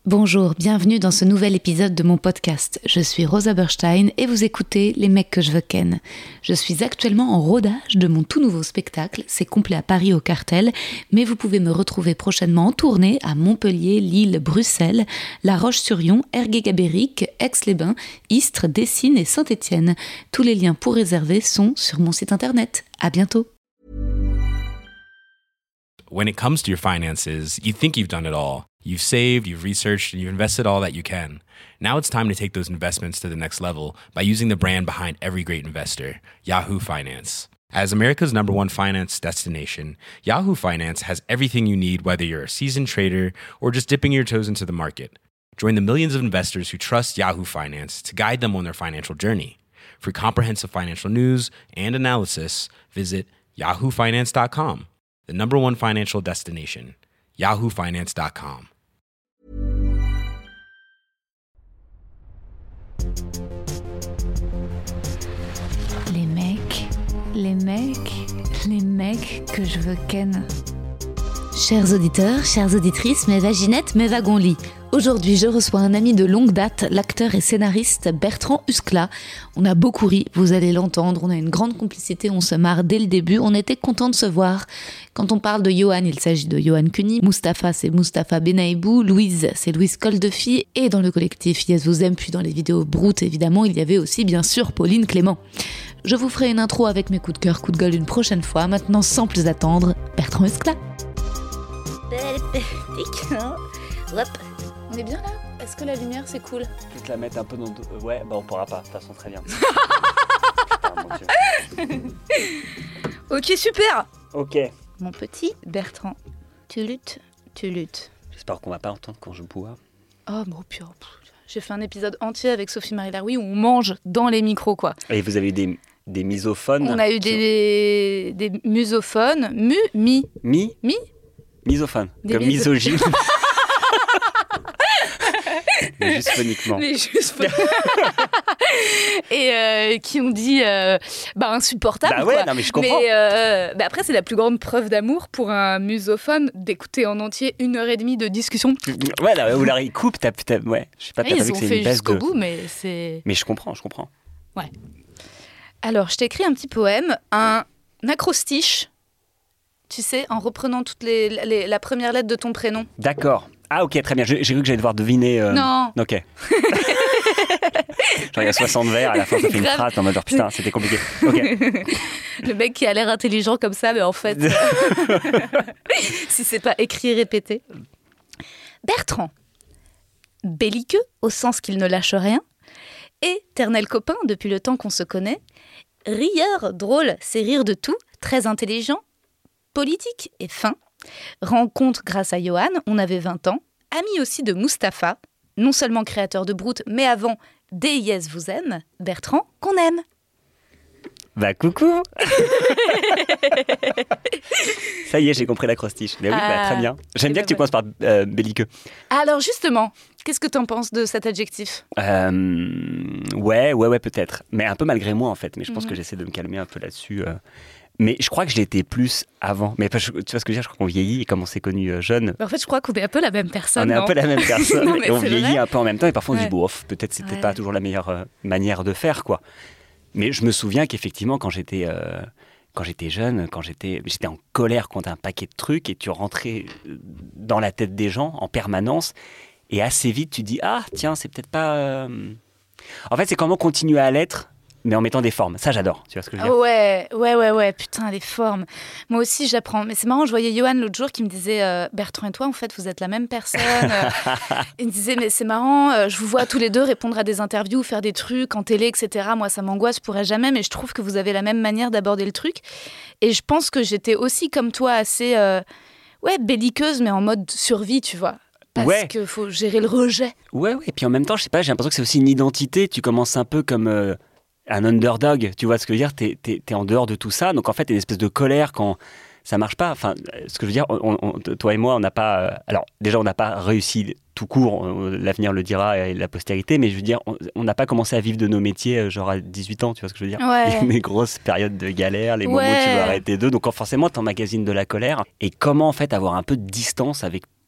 Bonjour, bienvenue dans ce nouvel épisode de mon podcast. Je suis Rosa Berstein et vous écoutez Les mecs que je veux ken. Je suis actuellement en rodage de mon tout nouveau spectacle, c'est complet à Paris au Cartel, mais vous pouvez me retrouver prochainement en tournée à Montpellier, Lille, Bruxelles, La Roche-sur-Yon, Ergué-Gabéric, Aix-les-Bains, Istres, Dessines et Saint-Étienne. Tous les liens pour réserver sont sur mon site internet. À bientôt. When it comes to your finances, you think you've done it all. You've saved, you've researched, and you've invested all that you can. Now it's time to take those investments to the next level by using the brand behind every great investor, Yahoo Finance. As America's #1 finance destination, Yahoo Finance has everything you need, whether you're a seasoned trader or just dipping your toes into the market. Join the millions of investors who trust Yahoo Finance to guide them on their financial journey. For comprehensive financial news and analysis, visit yahoofinance.com. The #1 financial destination, yahoofinance.com. Les mecs que je veux ken. Chers auditeurs, chères auditrices, mes vaginettes, mes wagons-lits. Aujourd'hui, je reçois un ami de longue date, l'acteur et scénariste Bertrand Huskla. On a beaucoup ri, vous allez l'entendre, on a une grande complicité, on se marre dès le début, on était contents de se voir. Quand on parle de Johan, il s'agit de Johan Cuny, Mustapha, c'est Mustapha Benaibou, Louise, c'est Louise Coldefi, et dans le collectif Yes Vous Aime, puis dans les vidéos brutes, évidemment, il y avait aussi, bien sûr, Pauline Clément. Je vous ferai une intro avec mes coups de cœur, coups de gueule une prochaine fois. Maintenant, sans plus attendre, Bertrand Huskla. Hop. On est bien là ? Est-ce que la lumière c'est cool ? Je vais te la mettre un peu dans... Ouais, bah on pourra pas, de toute façon très bien. Putain, mon Dieu. Ok, super ! Ok. Mon petit Bertrand, tu luttes. J'espère qu'on va pas entendre quand je bois. Oh, bon, pire. J'ai fait un épisode entier avec Sophie-Marie Laroui où on mange dans les micros, quoi. Et vous avez eu des misophones ? On a eu des musophones. Misophones. Comme misogyne. Mais juste phoniquement. Et qui ont dit insupportable. Bah ouais, quoi. non mais je comprends. Mais après, c'est la plus grande preuve d'amour pour un musophone d'écouter en entier 1h30 de discussion. Ouais, là où Larry coupe, ouais. Je sais pas, t'as Ils vu ont que c'est fait une baisse jusqu'au de... bout, mais c'est... Mais je comprends. Ouais. Alors, je t'ai écrit un petit poème, un acrostiche, tu sais, en reprenant toute la première lettre de ton prénom. D'accord. Ah ok, très bien. J'ai cru que j'allais devoir deviner... Non. Ok. Genre il y a 60 vers, à la fin ça fait une phrase en mode genre putain, c'était compliqué. Ok. Le mec qui a l'air intelligent comme ça, mais en fait, si c'est pas écrit, répété. Bertrand, belliqueux au sens qu'il ne lâche rien, éternel copain depuis le temps qu'on se connaît, rieur, drôle, c'est rire de tout, très intelligent, politique et fin. Rencontre grâce à Johan, on avait 20 ans, ami aussi de Mustapha, non seulement créateur de Brut, mais avant des Yes Vous Aime, Bertrand qu'on aime. Bah coucou. Ça y est, j'ai compris l'acrostiche. Mais oui, très bien. J'aime bien que tu commences par belliqueux. Alors justement, qu'est-ce que t'en penses de cet adjectif ? Ouais, peut-être. Mais un peu malgré moi en fait. Mais je pense que j'essaie de me calmer un peu là-dessus. Mais je crois que je l'étais plus avant. Mais tu vois ce que je veux dire, je crois qu'on vieillit et comme on s'est connus jeunes... En fait, je crois qu'on est un peu la même personne. On est un peu la même personne. Non, et on vieillit vrai. un peu en même temps. Et parfois on se dit, peut-être c'était pas toujours la meilleure manière de faire, quoi. Mais je me souviens qu'effectivement, quand j'étais jeune, j'étais en colère contre un paquet de trucs et tu rentrais dans la tête des gens en permanence. Et assez vite, tu dis, ah tiens, c'est peut-être pas... En fait, c'est comment continuer à l'être mais en mettant des formes. Ça, j'adore. Tu vois ce que je veux dire ? Ouais. Putain, les formes. Moi aussi, j'apprends. Mais c'est marrant, je voyais Johan l'autre jour qui me disait Bertrand et toi, en fait, vous êtes la même personne. Il me disait, mais c'est marrant, je vous vois tous les deux répondre à des interviews, faire des trucs en télé, etc. Moi, ça m'angoisse, je pourrais jamais, mais je trouve que vous avez la même manière d'aborder le truc. Et je pense que j'étais aussi, comme toi, assez belliqueuse, mais en mode survie, tu vois. Parce qu'il faut gérer le rejet. Ouais. Et puis en même temps, je sais pas, j'ai l'impression que c'est aussi une identité. Tu commences un peu comme... un underdog, tu vois ce que je veux dire, t'es en dehors de tout ça, donc en fait t'as une espèce de colère quand ça marche pas. Enfin, ce que je veux dire, toi et moi, on n'a pas... alors, déjà, on n'a pas réussi tout court, l'avenir le dira et la postérité, mais je veux dire, on n'a pas commencé à vivre de nos métiers genre à 18 ans, tu vois ce que je veux dire ? Ouais. Les grosses périodes de galère, les moments où tu veux arrêter d'eux, donc forcément, t'emmagasines de la colère. Et comment, en fait, avoir un peu de distance avec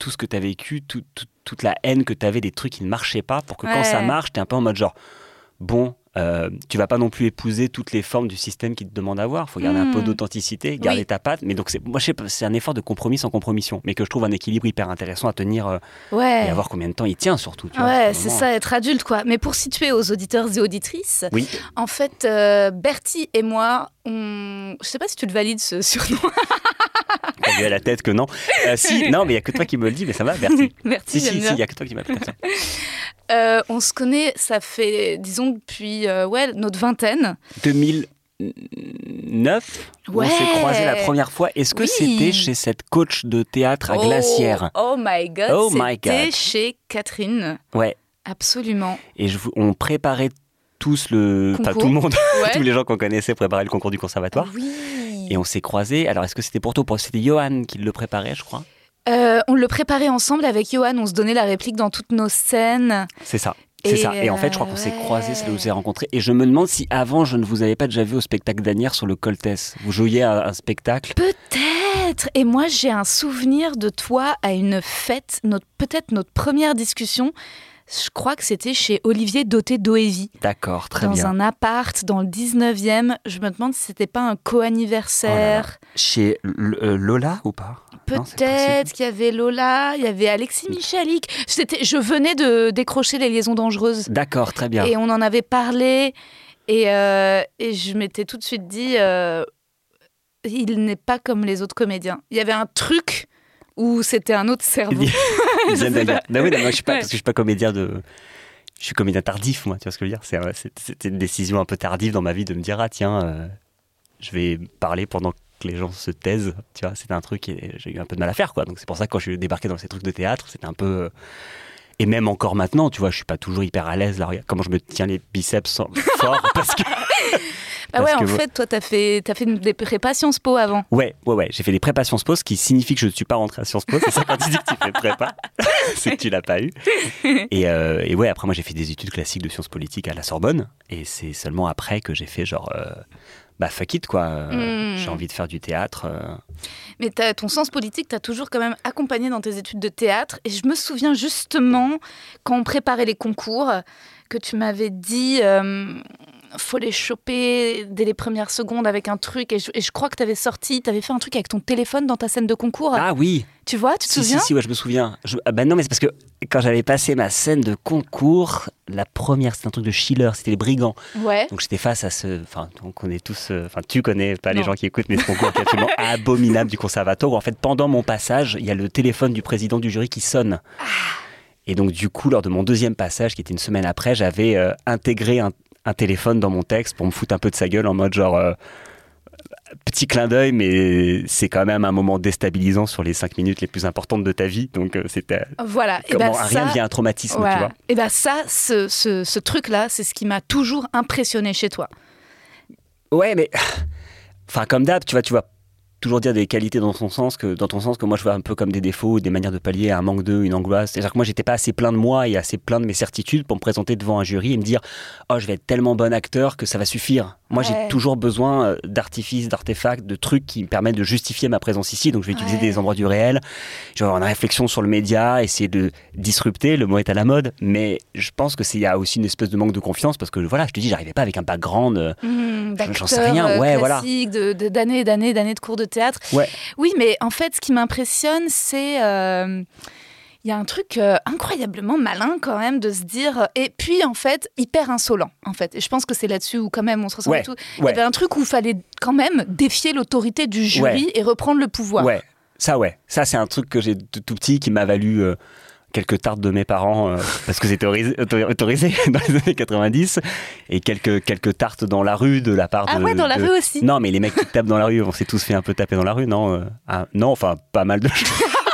tout ce que tu as vécu, toute la haine que tu avais des trucs qui ne marchaient pas, pour que quand ça marche, tu es un peu en mode genre, bon, tu vas pas non plus épouser toutes les formes du système qui te demande d'avoir. Il faut garder un peu d'authenticité, garder ta patte. Mais donc, moi, je sais pas, c'est un effort de compromis sans compromission, mais que je trouve un équilibre hyper intéressant à tenir et à voir combien de temps il tient surtout. Tu vois, c'est ça, être adulte, quoi. Mais pour situer aux auditeurs et auditrices, en fait, Bertie et moi, je sais pas si tu le valides ce surnom. T'as vu à la tête que non. Si, non, mais il n'y a que toi qui me le dis, mais ça va, Bertie. Merci, si, il n'y a que toi qui m'appelles ça. On se connaît, ça fait, disons, depuis notre vingtaine. 2009, on s'est croisés la première fois. Est-ce que c'était chez cette coach de théâtre à Glacière? Oh my God, c'était chez Catherine. Ouais. Absolument. Et on préparait tous tout le monde, tous les gens qu'on connaissait préparaient le concours du conservatoire. Oui. Et on s'est croisés. Alors, est-ce que c'était pour toi? C'était Johan qui le préparait, je crois. On le préparait ensemble avec Johan. On se donnait la réplique dans toutes nos scènes. C'est ça. Et en fait, je crois qu'on s'est croisés, c'est là où on s'est rencontrés. Et je me demande si avant, je ne vous avais pas déjà vu au spectacle d'Anières sur le Coltès. Vous jouiez à un spectacle. Peut-être. Et moi, j'ai un souvenir de toi à une fête, peut-être notre première discussion. Je crois que c'était chez Olivier Doté-Doévi. D'accord, très bien. Dans un appart dans le 19e. Je me demande si c'était pas un co-anniversaire. Oh, chez Lola ou pas? Peut-être qu'il y avait Lola, il y avait Alexis Michalik. Je venais de décrocher Les Liaisons Dangereuses. D'accord, très bien. Et on en avait parlé. Et je m'étais tout de suite dit, il n'est pas comme les autres comédiens. Il y avait un truc où c'était un autre cerveau. Moi, je suis pas, parce que je suis pas comédien je suis comédien tardif, moi, tu vois ce que je veux dire. C'était une décision un peu tardive dans ma vie de me dire, je vais parler pendant que les gens se taisent, tu vois. C'était un truc et j'ai eu un peu de mal à faire, quoi. Donc c'est pour ça que quand je suis débarqué dans ces trucs de théâtre, c'était un peu... Et même encore maintenant, tu vois, je suis pas toujours hyper à l'aise. Là, regarde comment je me tiens les biceps fort, parce que... en fait, toi, t'as fait des prépas Sciences Po avant. Ouais. J'ai fait des prépas Sciences Po, ce qui signifie que je ne suis pas rentré à Sciences Po. C'est ça quand tu dis que tu fais prépa, c'est que tu l'as pas eu. Et après, moi, j'ai fait des études classiques de sciences politiques à la Sorbonne. Et c'est seulement après que j'ai fait genre... fuck it, quoi. J'ai envie de faire du théâtre. Mais ton sens politique t'as toujours quand même accompagné dans tes études de théâtre. Et je me souviens justement, quand on préparait les concours, que tu m'avais dit... faut les choper dès les premières secondes avec un truc. Et je crois que t'avais fait un truc avec ton téléphone dans ta scène de concours. Ah oui. Tu vois, tu te souviens? Si, ouais, je me souviens. Non, mais c'est parce que quand j'avais passé ma scène de concours, la première, c'était un truc de Schiller, c'était Les Brigands. Ouais. Donc j'étais face à on connaît tous, tu connais pas les gens qui écoutent, mais ce concours qui est absolument abominable du conservatoire, où en fait, pendant mon passage, il y a le téléphone du président du jury qui sonne. Et donc, du coup, lors de mon deuxième passage, qui était une semaine après, j'avais intégré un téléphone dans mon texte pour me foutre un peu de sa gueule en mode genre petit clin d'œil, mais c'est quand même un moment déstabilisant sur les 5 minutes les plus importantes de ta vie, donc c'était rien vient un traumatisme, tu vois. Et ce truc là, c'est ce qui m'a toujours impressionné chez toi. Ouais, mais comme d'hab, tu vas toujours dire des qualités dans ton sens que moi je vois un peu comme des défauts, des manières de pallier à un manque une angoisse. C'est-à-dire que moi j'étais pas assez plein de moi et assez plein de mes certitudes pour me présenter devant un jury et me dire je vais être tellement bon acteur que ça va suffire. Moi j'ai toujours besoin d'artifices, d'artefacts, de trucs qui me permettent de justifier ma présence ici. Donc je vais utiliser des endroits du réel, je vais avoir une réflexion sur le média, essayer de disrupter, le mot est à la mode, mais je pense que il y a aussi une espèce de manque de confiance parce que voilà, je te dis, j'arrivais pas avec un background, j'en sais rien, classique, d'années et d'années de cours de théâtre. Ouais. Oui, mais en fait, ce qui m'impressionne, c'est... il y a un truc incroyablement malin quand même de se dire... Et puis, en fait, hyper insolent, en fait. Et je pense que c'est là-dessus où quand même on se ressemble et tout. Il y avait un truc où il fallait quand même défier l'autorité du jury et reprendre le pouvoir. Ça c'est un truc que j'ai tout petit qui m'a valu... quelques tartes de mes parents, parce que c'était autorisé dans les années 90, et quelques tartes dans la rue de la part de... Ah ouais, dans la rue aussi? Non, mais les mecs qui tapent dans la rue, on s'est tous fait un peu taper dans la rue, non non, pas mal de choses.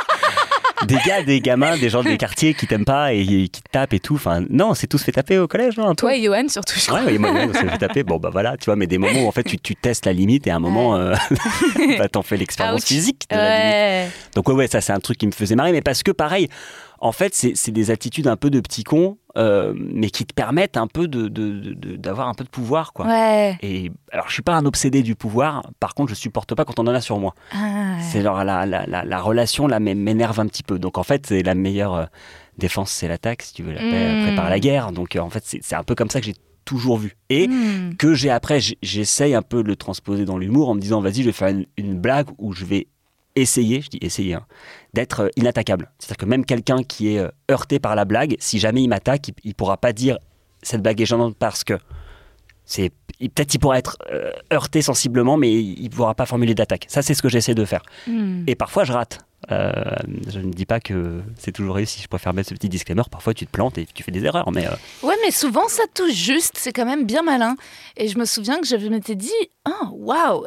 Des gamins, des gens des quartiers qui t'aiment pas et qui te tapent et tout. Non, on s'est tous fait taper au collège, non? Toi et Johan, surtout, je crois. Ouais, moi, on s'est fait taper. Bon, voilà, tu vois, mais des moments où, en fait, tu testes la limite et à un moment, t'en fais l'expérience physique de la limite. Donc, ça, c'est un truc qui me faisait marrer. Mais parce que, pareil, En fait, c'est des attitudes un peu de petit con, mais qui te permettent un peu d'avoir un peu de pouvoir, quoi. Ouais. Et alors, je suis pas un obsédé du pouvoir. Par contre, je supporte pas quand on en a sur moi. Ah, ouais. C'est genre la relation là m'énerve un petit peu. Donc en fait, c'est la meilleure défense, c'est l'attaque. Si tu veux, la paix prépare la guerre. Donc en fait, c'est un peu comme ça que j'ai toujours vu. Et que j'ai après, j'essaye un peu de le transposer dans l'humour en me disant, vas-y, je vais faire une blague où je vais essayer, je dis essayer, hein, d'être inattaquable. C'est-à-dire que même quelqu'un qui est heurté par la blague, si jamais il m'attaque, il pourra pas dire cette blague est gênante parce que peut-être il pourra être heurté sensiblement, mais il ne pourra pas formuler d'attaque. Ça, c'est ce que j'essaie de faire. Et parfois, je rate. Je ne dis pas que c'est toujours réussi. Je préfère mettre ce petit disclaimer. Parfois, tu te plantes et tu fais des erreurs. Mais Ouais, mais souvent, ça touche juste. C'est quand même bien malin. Et je me souviens que je m'étais dit, ah, waouh.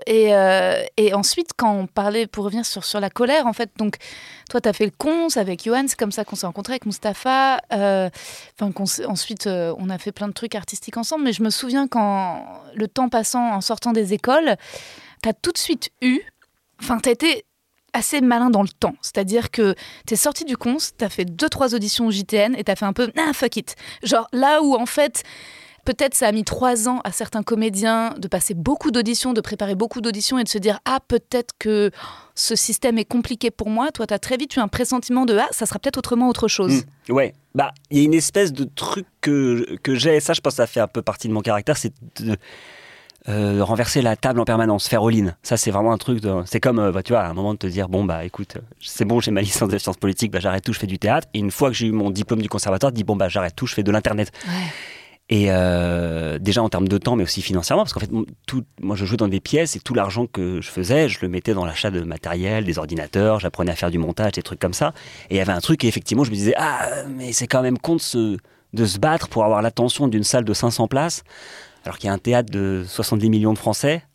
Et ensuite, quand on parlait, pour revenir sur la colère, en fait, donc, toi, tu as fait le cons avec Johan. C'est comme ça qu'on s'est rencontrés avec Mustapha. Ensuite, on a fait plein de trucs artistiques ensemble. Mais je me souviens quand, le temps passant, en sortant des écoles, tu as tout de suite eu... Enfin, tu as été assez malin dans le temps. C'est-à-dire que t'es sorti du cons, t'as fait 2-3 auditions au JTN et t'as fait un peu « fuck it ». Genre là où en fait, peut-être ça a mis 3 ans à certains comédiens de passer beaucoup d'auditions, de préparer beaucoup d'auditions et de se dire « Ah, peut-être que ce système est compliqué pour moi ». Toi, t'as très vite eu un pressentiment de « Ah, ça sera peut-être autrement autre chose ». Ouais, bah il y a une espèce de truc que j'ai, et ça je pense que ça fait un peu partie de mon caractère, c'est de... renverser la table en permanence, faire all-in. Ça, c'est vraiment un truc c'est comme, tu vois, à un moment de te dire, bon, bah, écoute, c'est bon, j'ai ma licence de sciences politiques, bah, j'arrête tout, je fais du théâtre. Et une fois que j'ai eu mon diplôme du conservatoire, je dis, bon, bah, j'arrête tout, je fais de l'internet. Ouais. Et déjà en termes de temps, mais aussi financièrement, parce qu'en fait, moi, je jouais dans des pièces et tout l'argent que je faisais, je le mettais dans l'achat de matériel, des ordinateurs, j'apprenais à faire du montage, des trucs comme ça. Et il y avait un truc, et effectivement, je me disais, ah, mais c'est quand même con de se battre pour avoir l'attention d'une salle de 500 places. Alors qu'il y a un théâtre de 70 millions de Français.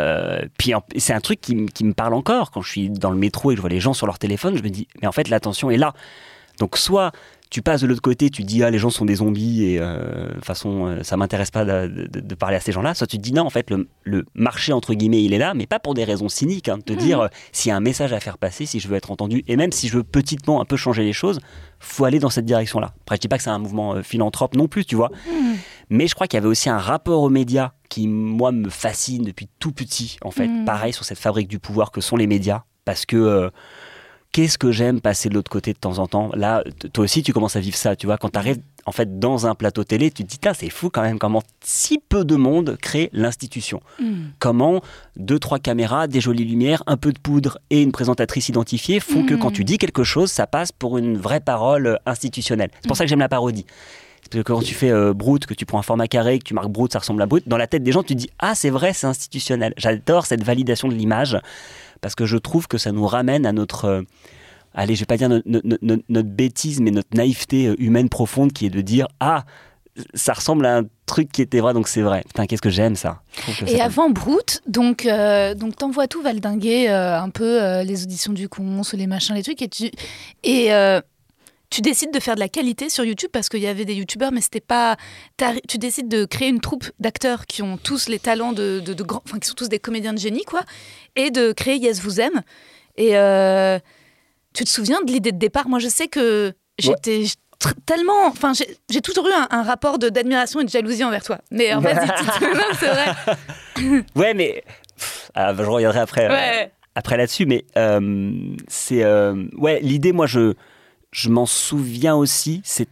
Puis c'est un truc qui me parle encore. Quand je suis dans le métro et que je vois les gens sur leur téléphone, je me dis, mais en fait, l'attention est là. Donc, soit tu passes de l'autre côté, tu te dis, ah, les gens sont des zombies et de toute façon, ça m'intéresse pas de parler à ces gens-là. Soit tu te dis, non, en fait, le marché, entre guillemets, il est là, mais pas pour des raisons cyniques. Hein, de te dire, s'il y a un message à faire passer, si je veux être entendu, et même si je veux petitement un peu changer les choses, faut aller dans cette direction-là. Après, je dis pas que c'est un mouvement philanthrope non plus, tu vois. Mais je crois qu'il y avait aussi un rapport aux médias qui, moi, me fascine depuis tout petit, en fait. Pareil sur cette fabrique du pouvoir que sont les médias. Parce que qu'est-ce que j'aime passer de l'autre côté de temps en temps. Là, toi aussi, tu commences à vivre ça, tu vois. Quand tu arrives, en fait, dans un plateau télé, tu te dis, c'est fou quand même comment si peu de monde crée l'institution. Comment 2-3 caméras, des jolies lumières, un peu de poudre et une présentatrice identifiée font que quand tu dis quelque chose, ça passe pour une vraie parole institutionnelle. C'est pour ça que j'aime la parodie. Parce que quand tu fais Brut, que tu prends un format carré, que tu marques Brut, ça ressemble à Brut, dans la tête des gens, tu te dis « Ah, c'est vrai, c'est institutionnel ». J'adore cette validation de l'image, parce que je trouve que ça nous ramène à notre... allez, je vais pas dire notre bêtise, mais notre naïveté humaine profonde, qui est de dire « Ah, ça ressemble à un truc qui était vrai, donc c'est vrai ». Putain, qu'est-ce que j'aime ça. Et avant Brut, donc t'envoies tout valdinguer un peu les auditions du cons, les machins, les trucs, et tu décides de faire de la qualité sur YouTube parce qu'il y avait des youtubeurs, mais c'était pas... Tu décides de créer une troupe d'acteurs qui ont tous les talents de grands... Enfin, qui sont tous des comédiens de génie, quoi. Et de créer Yes Vous Aime. Et tu te souviens de l'idée de départ ? Moi, je sais que j'étais tellement... Enfin, j'ai toujours eu un rapport d'admiration et de jalousie envers toi. Mais vas-y, non, c'est vrai. Ouais, mais... je reviendrai après là-dessus, mais c'est... ouais, l'idée, moi, je m'en souviens aussi, c'est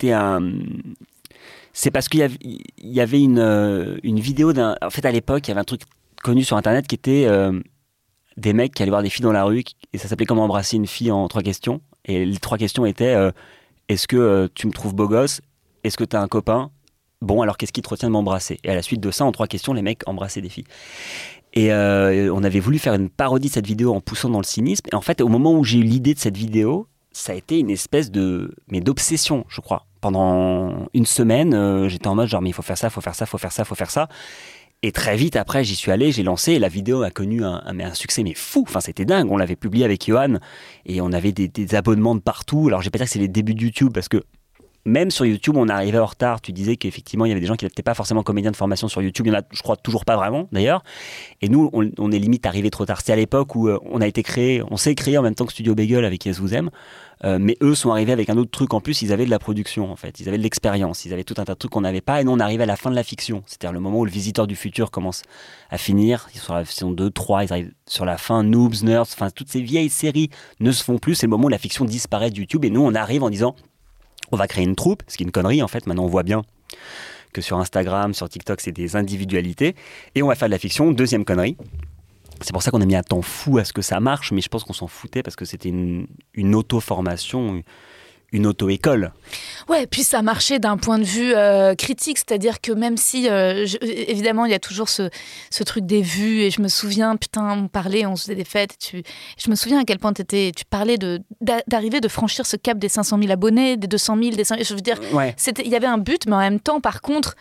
parce qu'il y avait une vidéo en fait, à l'époque, il y avait un truc connu sur Internet qui était des mecs qui allaient voir des filles dans la rue, et ça s'appelait « Comment embrasser une fille en 3 questions ». Et les 3 questions étaient est-ce que tu me trouves beau gosse ? Est-ce que tu as un copain ? Bon, alors qu'est-ce qui te retient de m'embrasser ? Et à la suite de ça, en 3 questions, les mecs embrassaient des filles. Et on avait voulu faire une parodie de cette vidéo en poussant dans le cynisme. Et en fait, au moment où j'ai eu l'idée de cette vidéo, ça a été une espèce d'obsession, je crois. Pendant une semaine, j'étais en mode genre, mais il faut faire ça, faut faire ça, faut faire ça, faut faire ça. Et très vite après, j'y suis allé, j'ai lancé, et la vidéo a connu un succès mais fou. Enfin, c'était dingue. On l'avait publié avec Johan, et on avait des abonnements de partout. Alors, je vais pas dire que c'est les débuts de YouTube, parce que même sur YouTube, on arrivait en retard. Tu disais qu'effectivement, il y avait des gens qui n'étaient pas forcément comédiens de formation sur YouTube. Il y en a, je crois, toujours pas vraiment, d'ailleurs. Et nous, on est limite arrivé trop tard. C'était à l'époque où on s'est créé en même temps que Studio Bagel avec Yes Vous Aime. Mais eux sont arrivés avec un autre truc en plus. Ils avaient de la production, en fait. Ils avaient de l'expérience. Ils avaient tout un tas de trucs qu'on n'avait pas. Et nous, on arrivait à la fin de la fiction. C'est-à-dire le moment où le Visiteur du futur commence à finir. Ils sont sur la saison 2, 3. Ils arrivent sur la fin. Noobs, Nerds. Enfin, toutes ces vieilles séries ne se font plus. C'est le moment où la fiction disparaît de YouTube. Et nous, on arrive en disant, on va créer une troupe. Ce qui est une connerie, en fait. Maintenant, on voit bien que sur Instagram, sur TikTok, c'est des individualités. Et on va faire de la fiction. Deuxième connerie. C'est pour ça qu'on a mis un temps fou à ce que ça marche, mais je pense qu'on s'en foutait parce que c'était une auto-formation, une auto-école. Ouais, puis ça marchait d'un point de vue critique, c'est-à-dire que même si, évidemment, il y a toujours ce truc des vues, et je me souviens, putain, on parlait, on se faisait des fêtes, je me souviens à quel point tu parlais d'arriver, de franchir ce cap des 500 000 abonnés, des 200 000, des 100 000, je veux dire, ouais. Il y avait un but, mais en même temps, par contre,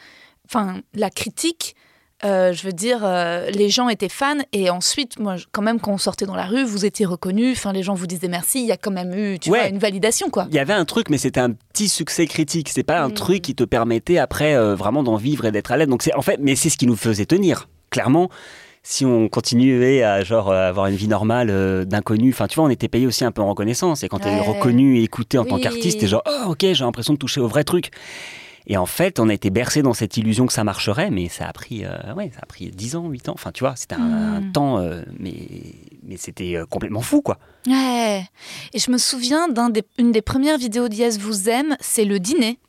la critique... je veux dire, les gens étaient fans et ensuite, moi, quand même, quand on sortait dans la rue, vous étiez reconnus, les gens vous disaient merci, il y a quand même eu, tu vois, une validation, quoi. Il y avait un truc, mais c'était un petit succès critique. C'est pas un truc qui te permettait après vraiment d'en vivre et d'être à l'aise. Donc mais c'est ce qui nous faisait tenir. Clairement, si on continuait à avoir une vie normale d'inconnu, tu vois, on était payé aussi un peu en reconnaissance. Et quand t'es reconnu et écouté en tant qu'artiste, t'es genre, oh ok, j'ai l'impression de toucher au vrai truc. Et en fait, on a été bercés dans cette illusion que ça marcherait, mais ça a pris 10 ans, 8 ans. Enfin, tu vois, c'était un temps, mais c'était complètement fou, quoi. Ouais. Et je me souviens une des premières vidéos d'Yes Vous Aime, c'est le dîner.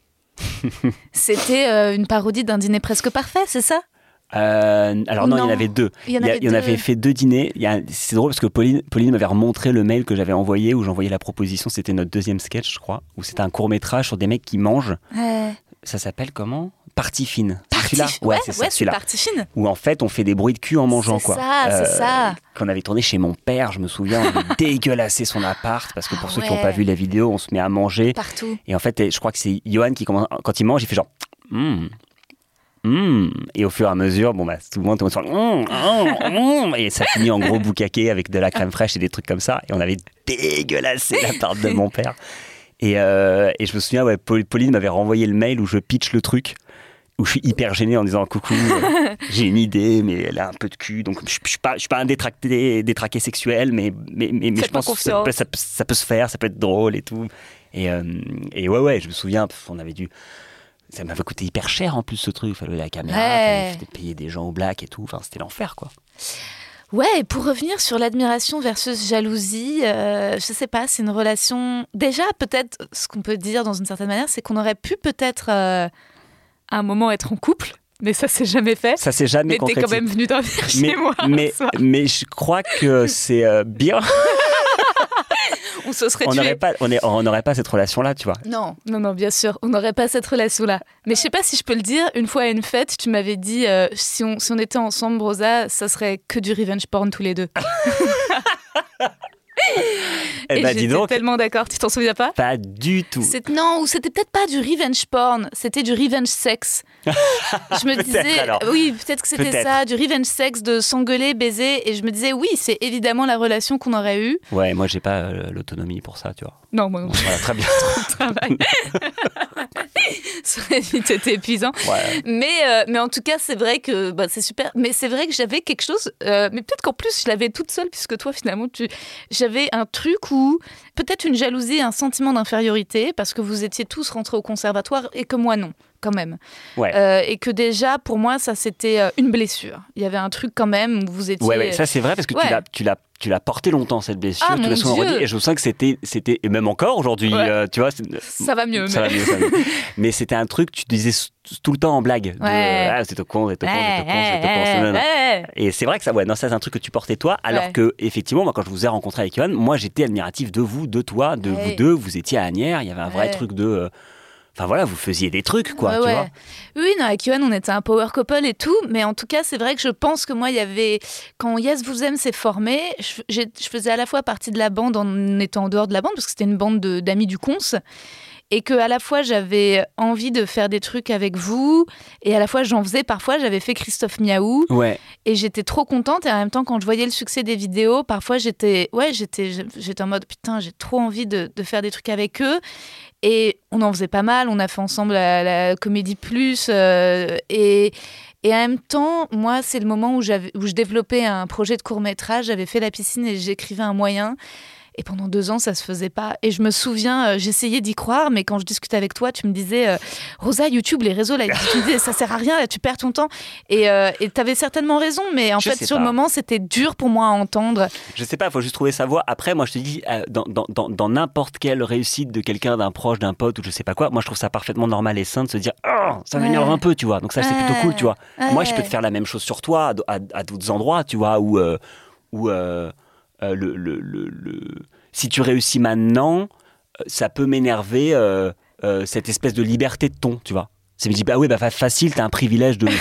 C'était une parodie d'un dîner presque parfait, c'est ça ? Alors non, il y en avait deux. Il y en avait fait 2 dîners. C'est drôle parce que Pauline m'avait remontré le mail que j'avais envoyé où j'envoyais la proposition. C'était notre 2e sketch, je crois, où c'était un court-métrage sur des mecs qui mangent. Ouais. Ça s'appelle comment ? Partie fine. Celui-là ? Ouais, c'est ça, celui-là. Partie fine. Où en fait, on fait des bruits de cul en mangeant, quoi. C'est ça. Qu'on avait tourné chez mon père, je me souviens, on avait dégueulassé son appart parce que pour ceux qui n'ont pas vu la vidéo, on se met à manger. Partout. Et en fait, je crois que c'est Johan qui commence, quand il mange, il fait genre et au fur et à mesure, tout le monde et ça finit en gros boucaquet avec de la crème fraîche et des trucs comme ça. Et on avait dégueulassé l'appart de mon père. Et je me souviens, Pauline m'avait renvoyé le mail où je pitch le truc, où je suis hyper gêné en disant coucou, j'ai une idée, mais elle a un peu de cul, donc je suis pas un détraqué sexuel, mais je pense que ça peut se faire, ça peut être drôle et tout. Et ouais, je me souviens, ça m'avait coûté hyper cher en plus ce truc, il fallait la caméra, il fallait payer des gens au black et tout, c'était l'enfer, quoi. Ouais, et pour revenir sur l'admiration versus jalousie, je sais pas, c'est une relation... Déjà, peut-être, ce qu'on peut dire dans une certaine manière, c'est qu'on aurait pu peut-être à un moment être en couple, mais ça s'est jamais fait. Ça s'est jamais concrétisé. Mais t'es quand même venu dormir chez moi. Mais je crois que c'est bien... On se serait tués. On n'aurait pas cette relation-là, tu vois. Non, bien sûr, on n'aurait pas cette relation-là. Mais je sais pas si je peux le dire, une fois à une fête, tu m'avais dit, si on était ensemble, Rosa, ça serait que du revenge porn tous les deux. Et dis donc. J'étais tellement d'accord, tu t'en souviens pas ? Pas du tout. Non, ou c'était peut-être pas du revenge porn, c'était du revenge sex. Je me disais, oui, peut-être que c'était ça, du revenge sex, de s'engueuler, baiser, et je me disais, oui, c'est évidemment la relation qu'on aurait eue. Ouais, moi j'ai pas l'autonomie pour ça, tu vois. Non, moi non. Voilà, très bien. Trop de travail. Ça aurait vite été épuisant. Ouais. Mais en tout cas, c'est vrai que c'est super. Mais c'est vrai que j'avais quelque chose, mais peut-être qu'en plus, je l'avais toute seule, puisque toi, finalement, j'avais un truc où peut-être une jalousie, un sentiment d'infériorité, parce que vous étiez tous rentrés au conservatoire et que moi, non. Quand même. Ouais. Et que déjà, pour moi, ça, c'était une blessure. Il y avait un truc quand même où vous étiez... Ouais, ça c'est vrai parce que tu l'as porté longtemps, cette blessure. Ah, tu l'as souvent redit. Et je sens que c'était et même encore aujourd'hui, tu vois... Ça va mieux. Ça va mieux. Mais c'était un truc, tu disais tout le temps en blague. C'est con. Et c'est vrai que ça, c'est un truc que tu portais toi, alors que, effectivement, moi, quand je vous ai rencontré avec Johan, moi, j'étais admiratif de vous, de toi, de vous deux. Vous étiez à Asnières, il y avait un vrai truc de... Enfin voilà, vous faisiez des trucs, quoi, tu vois. Oui, non, avec Johan, on était un power couple et tout, mais en tout cas, c'est vrai que je pense que moi, il y avait... Quand Yes Vous Aime s'est formé, je faisais à la fois partie de la bande en étant en dehors de la bande, parce que c'était une bande d'amis du Cons, et que à la fois, j'avais envie de faire des trucs avec vous, et à la fois, j'en faisais parfois, j'avais fait Christophe Miaou, et j'étais trop contente, et en même temps, quand je voyais le succès des vidéos, parfois, j'étais en mode, putain, j'ai trop envie de faire des trucs avec eux. Et on en faisait pas mal. On a fait ensemble la Comédie Plus. Et en même temps, moi, c'est le moment où je développais un projet de court-métrage. J'avais fait la piscine et j'écrivais un moyen. Et pendant 2 ans, ça se faisait pas. Et je me souviens, j'essayais d'y croire, mais quand je discutais avec toi, tu me disais Rosa, YouTube, les réseaux, là, tu me disais, ça sert à rien, là, tu perds ton temps. Et t'avais certainement raison, mais en fait, sur le moment, c'était dur pour moi à entendre. Je sais pas, il faut juste trouver sa voie. Après, moi, je te dis, dans n'importe quelle réussite de quelqu'un, d'un proche, d'un pote ou je sais pas quoi, moi, je trouve ça parfaitement normal et sain de se dire, oh, ça m'énerve un peu, tu vois. Donc ça, c'est plutôt cool, tu vois. Moi, je peux te faire la même chose sur toi, à d'autres endroits, tu vois, où si tu réussis maintenant, ça peut m'énerver cette espèce de liberté de ton, tu vois. Ça me dit bah oui, bah facile, t'as un privilège de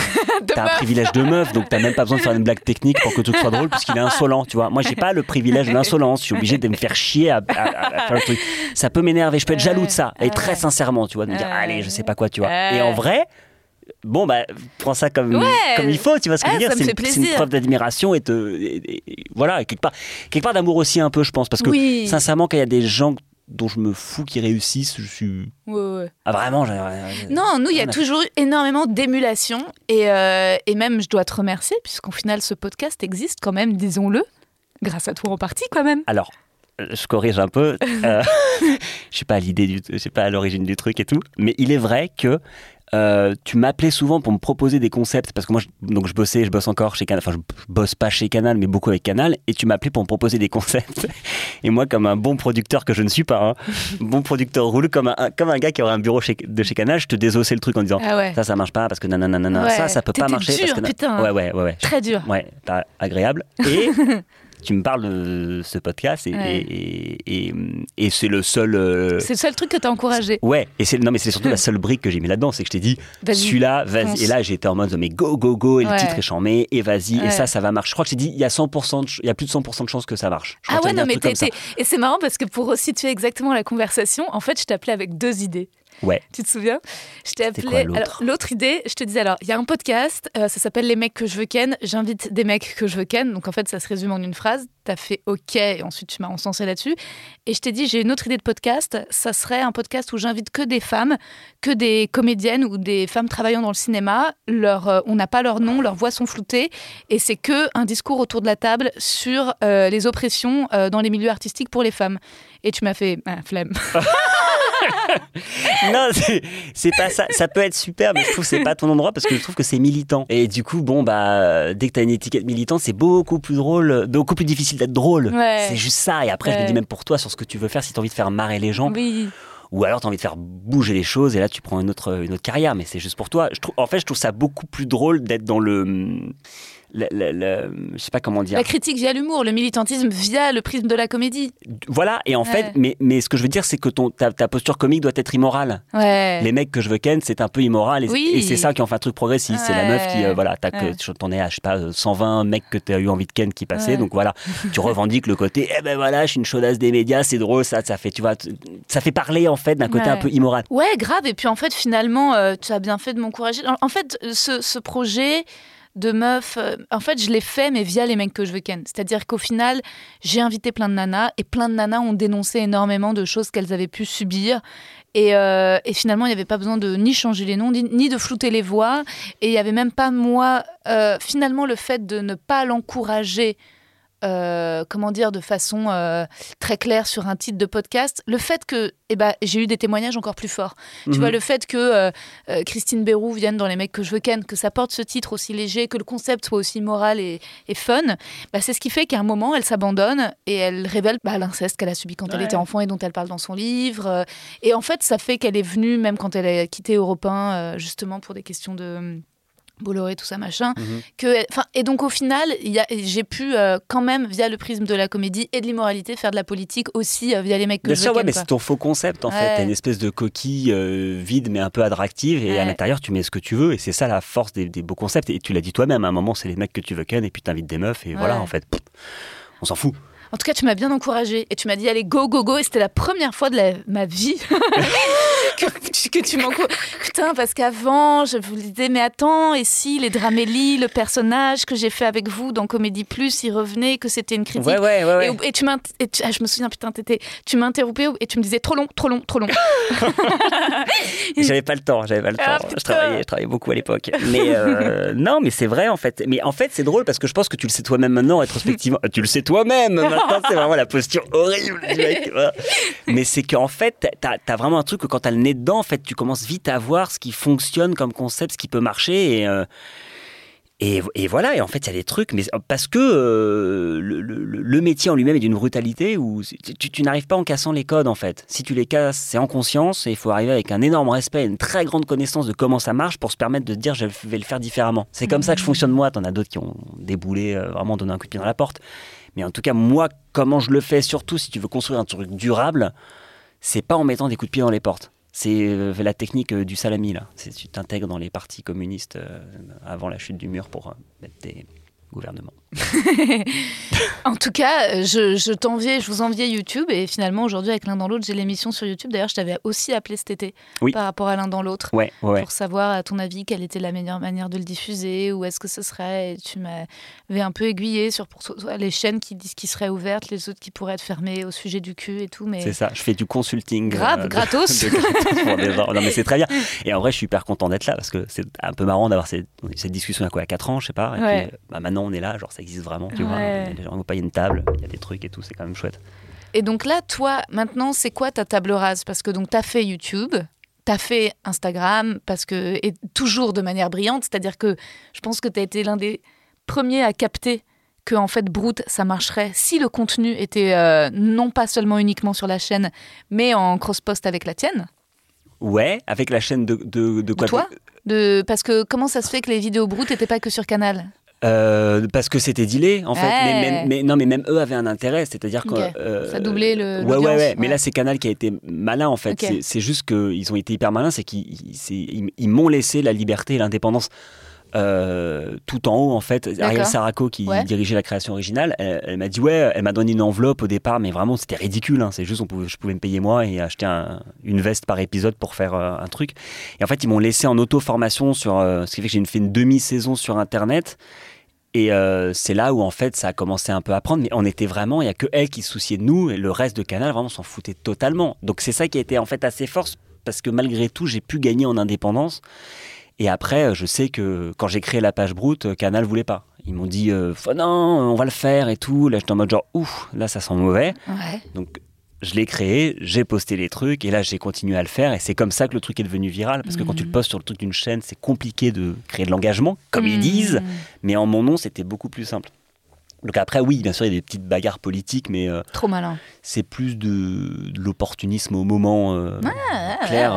meuf, donc t'as même pas besoin de faire une blague technique pour que le truc soit drôle puisqu'il est insolent, tu vois. Moi, j'ai pas le privilège de l'insolence, je suis obligé de me faire chier à faire le truc. Ça peut m'énerver, je peux être jaloux de ça, et très sincèrement, tu vois, de me dire allez, je sais pas quoi, tu vois. Et en vrai, bon bah prends ça comme il faut, tu vois ce que je veux dire, c'est une preuve d'admiration et voilà, quelque part d'amour aussi un peu, je pense, parce que sincèrement quand il y a des gens dont je me fous qui réussissent, je suis ah vraiment non, nous il y a toujours eu énormément d'émulation et même je dois te remercier puisqu'au final ce podcast existe quand même, disons-le, grâce à toi en partie quand même. Alors je corrige un peu, je suis pas à l'origine du truc et tout, mais il est vrai que tu m'appelais souvent pour me proposer des concepts parce que moi je bosse encore chez Canal, enfin je bosse pas chez Canal mais beaucoup avec Canal, et tu m'appelais pour me proposer des concepts et moi comme un bon producteur que je ne suis pas, bon producteur roule comme un gars qui aurait un bureau chez Canal, je te désossais le truc en disant ça marche pas parce que nanana, ça peut pas marcher dur, parce que putain. Ouais. Très dur. Ouais, pas agréable. Et tu me parles de ce podcast et c'est le seul. C'est le seul truc que t'as encouragé. Ouais, mais c'est surtout la seule brique que j'ai mis là-dedans, c'est que je t'ai dit, celui-là, vas-y. Et là, j'étais en mode, mais go, et le titre est charmé, et vas-y, et ça va marcher. Je crois que j'ai dit, il y a plus de 100% de chances que ça marche. Ah ouais, non, mais et c'est marrant parce que pour resituer exactement la conversation, en fait, je t'appelais avec 2 idées. Ouais. Tu te souviens ? Je t'ai appelé. Alors, l'autre idée, je te disais il y a un podcast, ça s'appelle Les mecs que je veux ken. J'invite des mecs que je veux ken. Donc en fait, ça se résume en une phrase. T'as fait OK et ensuite tu m'as encensé là-dessus. Et je t'ai dit, j'ai une autre idée de podcast. Ça serait un podcast où j'invite que des femmes, que des comédiennes ou des femmes travaillant dans le cinéma. On n'a pas leur nom, leurs voix sont floutées. Et c'est que un discours autour de la table sur les oppressions dans les milieux artistiques pour les femmes. Et tu m'as fait flemme. Non, c'est pas ça. Ça peut être super, mais je trouve que c'est pas ton endroit parce que je trouve que c'est militant. Et du coup, dès que t'as une étiquette militante, c'est beaucoup plus drôle, beaucoup plus difficile d'être drôle. Ouais. C'est juste ça. Et après, je me dis même pour toi, sur ce que tu veux faire, si t'as envie de faire marrer les gens. Oui. Ou alors t'as envie de faire bouger les choses et là tu prends une autre carrière, mais c'est juste pour toi. Je trouve ça beaucoup plus drôle d'être dans je sais pas comment dire. La critique via l'humour, le militantisme via le prisme de la comédie. Voilà, et en fait, mais ce que je veux dire, c'est que ta posture comique doit être immorale. Ouais. Les mecs que je veux ken, c'est un peu immoral, et c'est ça qui en fait un truc progressiste. Ouais. C'est la meuf qui, t'en es à, je sais pas, 120 mecs que t'as eu envie de ken qui passaient, donc voilà, tu revendiques le côté, je suis une chaudasse des médias, c'est drôle, ça fait, tu vois, ça fait parler en fait d'un côté un peu immoral. Ouais, grave, et puis en fait, finalement, tu as bien fait de m'encourager. En fait, ce projet de meuf, en fait je l'ai fait mais via les mecs que je veux ken, c'est-à-dire qu'au final j'ai invité plein de nanas et plein de nanas ont dénoncé énormément de choses qu'elles avaient pu subir et finalement il n'y avait pas besoin de ni changer les noms ni de flouter les voix, et il n'y avait même pas moi finalement le fait de ne pas l'encourager de façon très claire sur un titre de podcast, le fait que j'ai eu des témoignages encore plus forts. Tu vois, le fait que Christine Béroux vienne dans Les mecs que je veux ken, que ça porte ce titre aussi léger, que le concept soit aussi moral et fun, c'est ce qui fait qu'à un moment elle s'abandonne et elle révèle l'inceste qu'elle a subi quand elle était enfant et dont elle parle dans son livre, et en fait ça fait qu'elle est venue, même quand elle a quitté Europe 1 justement pour des questions de Bolloré, tout ça, machin. Et donc, au final, j'ai pu quand même, via le prisme de la comédie et de l'immoralité, faire de la politique aussi via les mecs que je veux ken. Mais c'est ton faux concept, en fait. T'as une espèce de coquille vide, mais un peu attractive, et à l'intérieur, tu mets ce que tu veux, et c'est ça la force des beaux concepts. Et tu l'as dit toi-même, à un moment, c'est les mecs que tu veux ken, et puis t'invites des meufs, et voilà, en fait, on s'en fout. En tout cas, tu m'as bien encouragée et tu m'as dit allez, go, et c'était la première fois de ma vie que tu m'encourages. Putain, parce qu'avant, je vous disais, mais attends, et si les Dramélie, le personnage que j'ai fait avec vous dans Comédie Plus, il revenait, que c'était une critique. Ouais. Et je me souviens, putain, tu m'as interrompu et tu me disais trop long. J'avais pas le temps. Ah, je travaillais beaucoup à l'époque. Mais non, mais c'est vrai en fait. Mais en fait, c'est drôle parce que je pense que tu le sais toi-même maintenant, rétrospectivement. Tu le sais toi-même. Maintenant, c'est vraiment la posture horrible du mec. Mais c'est qu'en fait, t'as vraiment un truc que quand t'as le nez dedans, en fait, tu commences vite à voir ce qui fonctionne comme concept, ce qui peut marcher. Et voilà, et en fait, il y a des trucs, mais parce que le métier en lui-même est d'une brutalité où tu n'arrives pas en cassant les codes, en fait. Si tu les casses, c'est en conscience, et il faut arriver avec un énorme respect, une très grande connaissance de comment ça marche pour se permettre de se dire, je vais le faire différemment. C'est comme ça que je fonctionne moi. T'en as d'autres qui ont déboulé, vraiment donné un coup de pied dans la porte. Mais en tout cas, moi, comment je le fais, surtout si tu veux construire un truc durable, c'est pas en mettant des coups de pied dans les portes. C'est la technique du salami, là. Tu t'intègres dans les partis communistes avant la chute du mur pour mettre des gouvernements. En tout cas, je vous enviais YouTube, et finalement, aujourd'hui, avec L'un dans l'autre, j'ai l'émission sur YouTube. D'ailleurs, je t'avais aussi appelé cet été par rapport à L'un dans l'autre, pour savoir, à ton avis, quelle était la meilleure manière de le diffuser, où est-ce que ce serait. Et tu m'avais un peu aiguillé sur pour toi, les chaînes qui seraient ouvertes, les autres qui pourraient être fermées au sujet du cul et tout. Mais... C'est ça, je fais du consulting. Gratos. Pour des gens. Non, mais c'est très bien. Et en vrai, je suis hyper content d'être là, parce que c'est un peu marrant d'avoir cette discussion il y a 4 ans, je sais pas. Et puis, maintenant, on est là, genre ça existe vraiment, tu vois. Les gens vont payer une table, il y a des trucs et tout, c'est quand même chouette. Et donc là, toi, maintenant, c'est quoi ta table rase? Parce que donc t'as fait YouTube, t'as fait Instagram, et toujours de manière brillante, c'est-à-dire que je pense que t'as été l'un des premiers à capter que en fait Brut, ça marcherait si le contenu était non pas seulement uniquement sur la chaîne, mais en cross-post avec la tienne. Ouais, avec la chaîne de quoi? Toi parce que comment ça se fait que les vidéos Brut n'étaient pas que sur Canal? Parce que c'était dealé en fait, mais même eux avaient un intérêt, c'est-à-dire que ça doublait l'audience. Mais là c'est Canal qui a été malin en fait. C'est juste qu'ils ont été hyper malins, c'est qu'ils m'ont laissé la liberté et l'indépendance tout en haut en fait. Ariel Saraco qui dirigeait la création originale, elle m'a dit elle m'a donné une enveloppe au départ, mais vraiment c'était ridicule, hein. C'est juste je pouvais me payer moi et acheter une veste par épisode pour faire un truc. Et en fait ils m'ont laissé en auto-formation sur ce qui fait que j'ai fait une demi-saison sur internet. Et c'est là où en fait ça a commencé un peu à prendre, mais on était vraiment, il n'y a que elle qui se souciait de nous et le reste de Canal vraiment s'en foutait totalement. Donc c'est ça qui a été en fait assez fort, parce que malgré tout j'ai pu gagner en indépendance. Et après je sais que quand j'ai créé la page Brut, Canal voulait pas. Ils m'ont dit non, on va le faire et tout. Là j'étais en mode genre là ça sent mauvais. Donc je l'ai créé, j'ai posté les trucs et là j'ai continué à le faire, et c'est comme ça que le truc est devenu viral, parce que quand tu le postes sur le truc d'une chaîne, c'est compliqué de créer de l'engagement, comme ils disent, mais en mon nom c'était beaucoup plus simple. Donc après oui, bien sûr il y a des petites bagarres politiques, mais trop malin. C'est plus de l'opportunisme au moment clair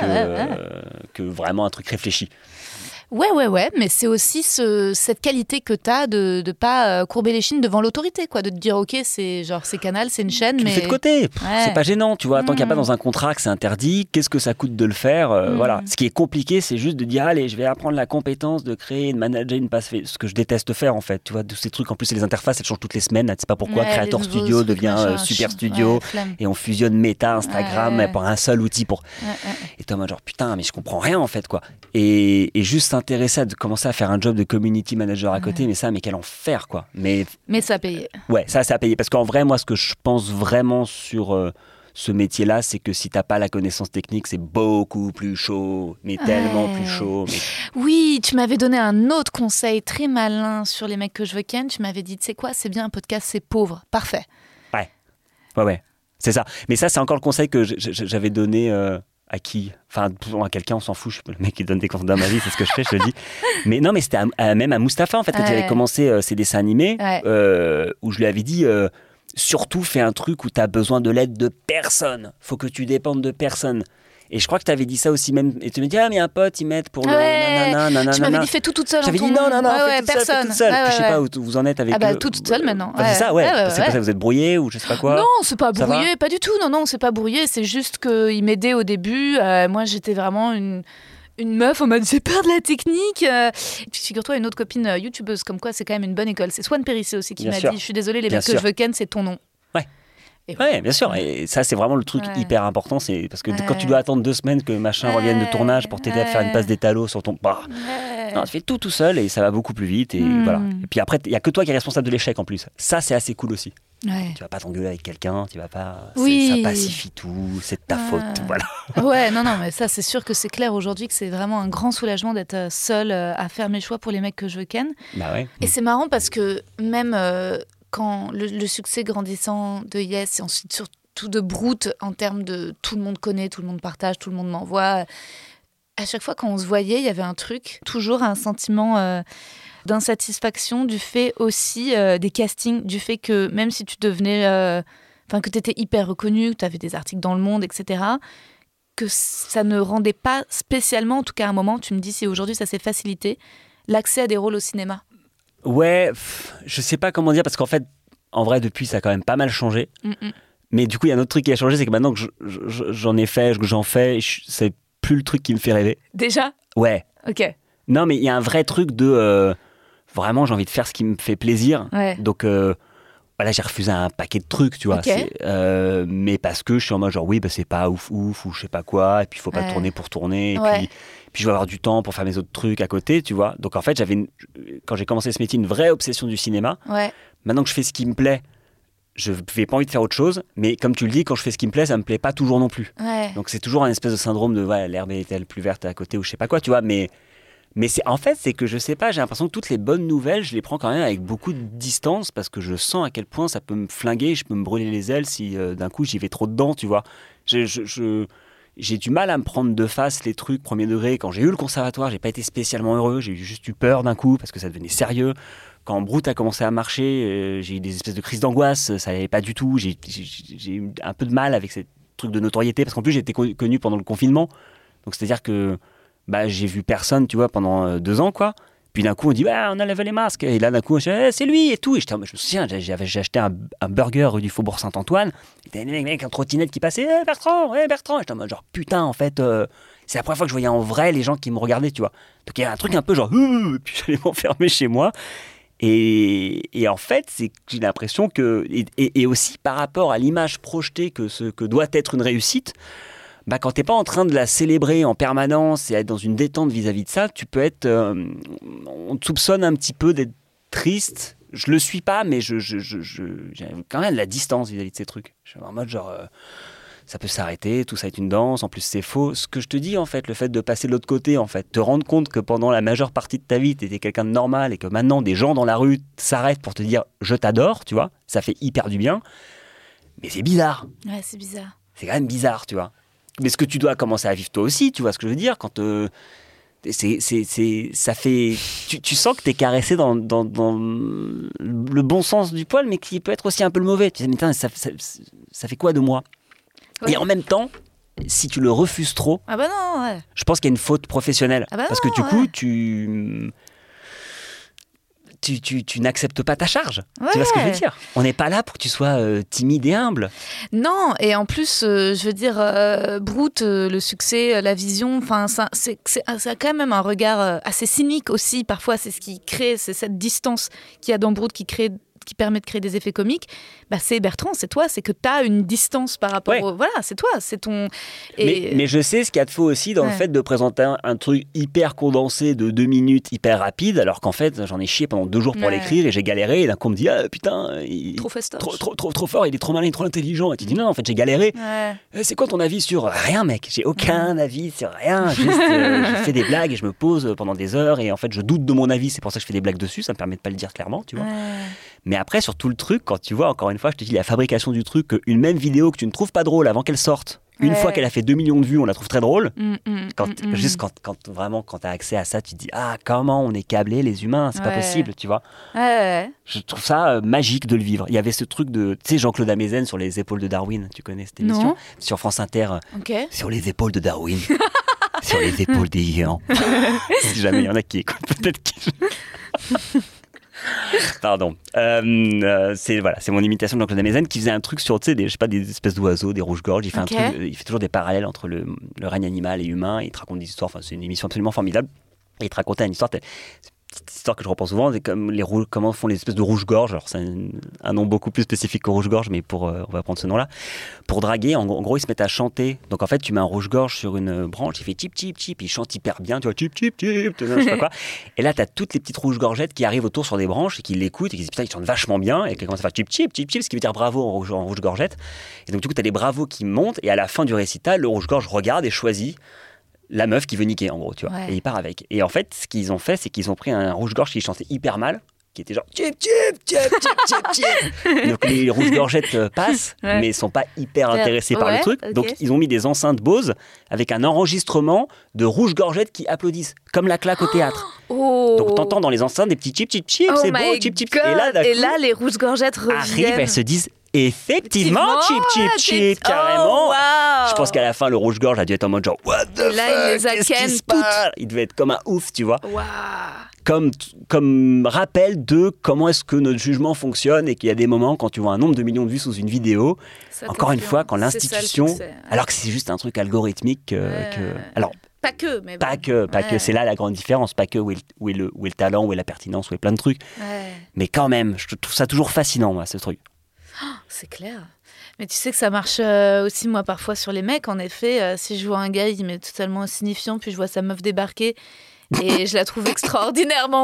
que vraiment un truc réfléchi. Ouais, mais c'est aussi cette qualité que t'as de pas courber les chines devant l'autorité, quoi, de te dire ok, c'est Canal, c'est une chaîne, tu mais le fais de côté, c'est pas gênant, tu vois, tant qu'il n'y a pas dans un contrat que c'est interdit, qu'est-ce que ça coûte de le faire, voilà. Ce qui est compliqué, c'est juste de dire allez, je vais apprendre la compétence de créer, de manager une page, ce que je déteste faire en fait, tu vois, tous ces trucs, en plus les interfaces elles changent toutes les semaines, tu sais pas pourquoi, Creator Studio devient Super Studio, et on fusionne Meta, Instagram pour un seul outil et t'es en mode genre putain, mais je comprends rien en fait, quoi, et juste s'intéresser à de commencer à faire un job de community manager à côté, mais quel enfer, quoi. Mais ça a payé. Ouais, ça a payé, parce qu'en vrai, moi, ce que je pense vraiment sur ce métier-là, c'est que si t'as pas la connaissance technique, c'est beaucoup plus chaud, mais tellement plus chaud. Oui, tu m'avais donné un autre conseil très malin sur les mecs que je veux ken. Tu m'avais dit, tu sais quoi, c'est bien un podcast, c'est pauvre. Parfait. Ouais. C'est ça. Mais ça, c'est encore le conseil que j'avais donné à qui? Enfin, à quelqu'un, on s'en fout. Je suis pas le mec qui donne des conseils dans ma vie, c'est ce que je fais, je te le dis. Mais non, mais c'était même à Mustapha, en fait, quand il avait commencé ses dessins animés, où je lui avais dit surtout, fais un truc où tu as besoin de l'aide de personne. Faut que tu dépendes de personne. Et je crois que tu avais dit ça aussi même. Et tu me dis, mais un pote, il m'aide pour le nanana. Tu m'avais dit, fais tout toute seule. J'avais dit, non, personne. Fais tout seul. Puis, je sais pas où vous en êtes avec toute seule maintenant. C'est ça, c'est pas ça, vous êtes brouillé ou je sais pas quoi. Non, c'est pas brouillé, pas du tout. Non, c'est pas brouillé. C'est juste qu'il m'aidait au début. Moi, j'étais vraiment une meuf en mode j'ai peur de la technique. Figure-toi, une autre copine youtubeuse, comme quoi c'est quand même une bonne école. C'est Swan Périssé aussi qui m'a dit, je suis désolée, les mecs que je veux ken, c'est ton nom. Ouais, bien sûr. Et ça, c'est vraiment le truc hyper important. C'est parce que quand tu dois attendre 2 semaines que machin revienne de tournage pour t'aider à faire une passe d'étalot sur ton... Non, tu fais tout seul et ça va beaucoup plus vite. Et voilà. Et puis après, il n'y a que toi qui es responsable de l'échec en plus. Ça, c'est assez cool aussi. Ouais. Tu vas pas t'engueuler avec quelqu'un, tu vas pas... Oui. Ça pacifie tout, c'est de ta faute, voilà. Ouais, non, mais ça, c'est sûr que c'est clair aujourd'hui que c'est vraiment un grand soulagement d'être seul à faire mes choix pour les mecs que je veux ken. Bah ouais. Et c'est marrant parce que même quand le succès grandissant de Yes et ensuite surtout de Brut en termes de tout le monde connaît, tout le monde partage, tout le monde m'envoie, à chaque fois quand on se voyait, il y avait un truc, toujours un sentiment... d'insatisfaction du fait aussi des castings, du fait que même si tu devenais, que tu étais hyper reconnu, que tu avais des articles dans Le Monde, etc., que ça ne rendait pas spécialement, en tout cas à un moment, tu me dis si aujourd'hui ça s'est facilité, l'accès à des rôles au cinéma. Ouais, je sais pas comment dire, parce qu'en fait, en vrai, depuis, ça a quand même pas mal changé. Mais du coup, il y a un autre truc qui a changé, c'est que maintenant que j'en ai fait, que j'en fais, c'est plus le truc qui me fait rêver. Déjà ? Ouais. Ok. Non, mais il y a un vrai truc de... vraiment, j'ai envie de faire ce qui me fait plaisir. Ouais. Donc, voilà, j'ai refusé un paquet de trucs, tu vois. Okay. Mais parce que je suis en mode genre, oui, bah, c'est pas ouf, ou je sais pas quoi. Et puis, il faut pas tourner pour tourner. Et puis, je vais avoir du temps pour faire mes autres trucs à côté, tu vois. Donc, en fait, quand j'ai commencé ce métier, une vraie obsession du cinéma. Ouais. Maintenant que je fais ce qui me plaît, je n'ai pas envie de faire autre chose. Mais comme tu le dis, quand je fais ce qui me plaît, ça me plaît pas toujours non plus. Ouais. Donc, c'est toujours un espèce de syndrome de, ouais, l'herbe est-elle plus verte à côté ou je sais pas quoi, tu vois. Mais c'est que je sais pas, j'ai l'impression que toutes les bonnes nouvelles, je les prends quand même avec beaucoup de distance parce que je sens à quel point ça peut me flinguer, je peux me brûler les ailes si d'un coup j'y vais trop dedans, tu vois. J'ai du mal à me prendre de face les trucs premier degré. Quand j'ai eu le conservatoire, j'ai pas été spécialement heureux, j'ai juste eu peur d'un coup parce que ça devenait sérieux. Quand Brut a commencé à marcher, j'ai eu des espèces de crises d'angoisse, ça n'allait pas du tout. J'ai eu un peu de mal avec ces trucs de notoriété parce qu'en plus j'étais connu pendant le confinement. Donc c'est-à-dire que j'ai vu personne, tu vois, pendant 2 ans, quoi. Puis d'un coup, on dit, on a levé les masques. Et là, d'un coup, c'est lui et tout. Et je me souviens, j'ai acheté un burger rue du Faubourg Saint-Antoine. Et t'avais des mecs en trottinette qui passaient, Bertrand. Et j'étais en mode, genre, putain, en fait, c'est la première fois que je voyais en vrai les gens qui me regardaient, tu vois. Donc il y a un truc un peu genre, et puis j'allais m'enfermer chez moi. Et en fait, c'est que j'ai l'impression que, et aussi par rapport à l'image projetée que doit être une réussite, quand t'es pas en train de la célébrer en permanence et être dans une détente vis-à-vis de ça, tu peux être... on te soupçonne un petit peu d'être triste. Je le suis pas, mais j'ai quand même de la distance vis-à-vis de ces trucs. Je suis en mode genre... ça peut s'arrêter, tout ça est une danse, en plus c'est faux. Ce que je te dis en fait, le fait de passer de l'autre côté, en fait, te rendre compte que pendant la majeure partie de ta vie, t'étais quelqu'un de normal et que maintenant des gens dans la rue s'arrêtent pour te dire « je t'adore », tu vois, ça fait hyper du bien. Mais c'est bizarre. Ouais, c'est bizarre. C'est quand même bizarre, tu vois. Mais ce que tu dois commencer à vivre toi aussi, tu vois ce que je veux dire, quand ça fait, tu sens que t'es caressé dans le bon sens du poil, mais qui peut être aussi un peu le mauvais. Tu dis mais ça fait quoi de moi? Ouais. Et en même temps, si tu le refuses trop, je pense qu'il y a une faute professionnelle, parce que du coup tu n'acceptes pas ta charge. Ouais. Tu vois ce que je veux dire? On n'est pas là pour que tu sois timide et humble. Non, et en plus, je veux dire, Brut, le succès, la vision, ça a quand même un regard assez cynique aussi. Parfois, c'est ce qui crée, c'est cette distance qu'il y a dans Brut qui permet de créer des effets comiques. C'est Bertrand, c'est toi, c'est que tu as une distance par rapport au... Voilà, c'est toi, c'est ton... Mais je sais ce qu'il y a de faux aussi dans le fait de présenter un truc hyper condensé de 2 minutes, hyper rapide, alors qu'en fait, j'en ai chié pendant 2 jours pour l'écrire et j'ai galéré, et d'un coup on me dit « Ah putain, trop festoche. Trop fort, il est trop malin, il est trop intelligent. » Et tu dis « Non, en fait, j'ai galéré. C'est quoi ton avis sur... » Rien, mec, j'ai aucun avis sur rien. Juste, je fais des blagues et je me pose pendant des heures, et en fait, je doute de mon avis, c'est pour ça que je fais des blagues dessus, ça me permet de pas le dire clairement, tu vois. Mais après, sur tout le truc, quand tu vois, encore une fois, je te dis la fabrication du truc, une même vidéo que tu ne trouves pas drôle avant qu'elle sorte, une fois qu'elle a fait 2 millions de vues, on la trouve très drôle. Juste quand vraiment, quand tu as accès à ça, tu te dis, comment on est câblés les humains, c'est pas possible, tu vois. Je trouve ça magique de le vivre. Il y avait ce truc de, tu sais, Jean-Claude Amezen sur les épaules de Darwin, tu connais cette émission? Sur France Inter, sur les épaules de Darwin. Sur les épaules des géants. Si jamais il y en a qui écoutent, peut-être qu'ils... Pardon. C'est mon imitation de Jean-Claude Amezen qui faisait un truc sur, tu sais, des espèces d'oiseaux, des rouges-gorges. Il fait un truc, il fait toujours des parallèles entre le règne animal et humain. Il te raconte des histoires. Enfin, c'est une émission absolument formidable. Et il te racontait une histoire. petite histoire que je reprends souvent, c'est comme comment font les espèces de rouge-gorge. Alors c'est un nom beaucoup plus spécifique que rouge-gorge, mais on va prendre ce nom-là. Pour draguer, en gros, ils se mettent à chanter. Donc en fait, tu mets un rouge-gorge sur une branche, il fait chip chip chip, il chante hyper bien, tu vois, chip chip chip, je sais pas quoi. Et là, t'as toutes les petites rouges-gorgettes qui arrivent autour sur des branches et qui l'écoutent et qui disent putain, il chante vachement bien, et qui commencent à faire chip chip chip chip, ce qui veut dire bravo en rouge-gorgette. Et donc du coup, t'as les bravos qui montent, et à la fin du récital, le rouge-gorge regarde et choisit la meuf qui veut niquer, en gros, tu vois. Ouais. Et il part avec. Et en fait, ce qu'ils ont fait, c'est qu'ils ont pris un rouge-gorge qui chantait hyper mal, qui était genre chip chip chip chip chip chip. Donc les rouges-gorgettes passent, mais ils sont pas hyper intéressés par le truc. Okay. Donc ils ont mis des enceintes Bose avec un enregistrement de rouges-gorgettes qui applaudissent, comme la claque au théâtre. Donc t'entends dans les enceintes des petits chip chip chip, c'est beau, chip chip. Et là, les rouges-gorgettes reviennent. Arrivent, elles se disent effectivement, chip, chip, chip, carrément. Oh, wow. Je pense qu'à la fin, le rouge-gorge a dû être en mode genre, what the fuck, là, il les a qu'est-ce toutes. Il devait être comme un ouf, tu vois. Wow. Comme rappel de comment est-ce que notre jugement fonctionne et qu'il y a des moments quand tu vois un nombre de millions de vues sous une vidéo, ça encore une fois, quand l'institution, alors que c'est juste un truc algorithmique, alors. Pas que, mais bon. Pas que, c'est là la grande différence. Pas que où est le talent, où est la pertinence, où est plein de trucs. Mais quand même, je trouve ça toujours fascinant, moi, ce truc. Oh, c'est clair. Mais tu sais que ça marche aussi, moi, parfois sur les mecs. En effet, si je vois un gars, il m'est totalement insignifiant, puis je vois sa meuf débarquer et je la trouve extraordinairement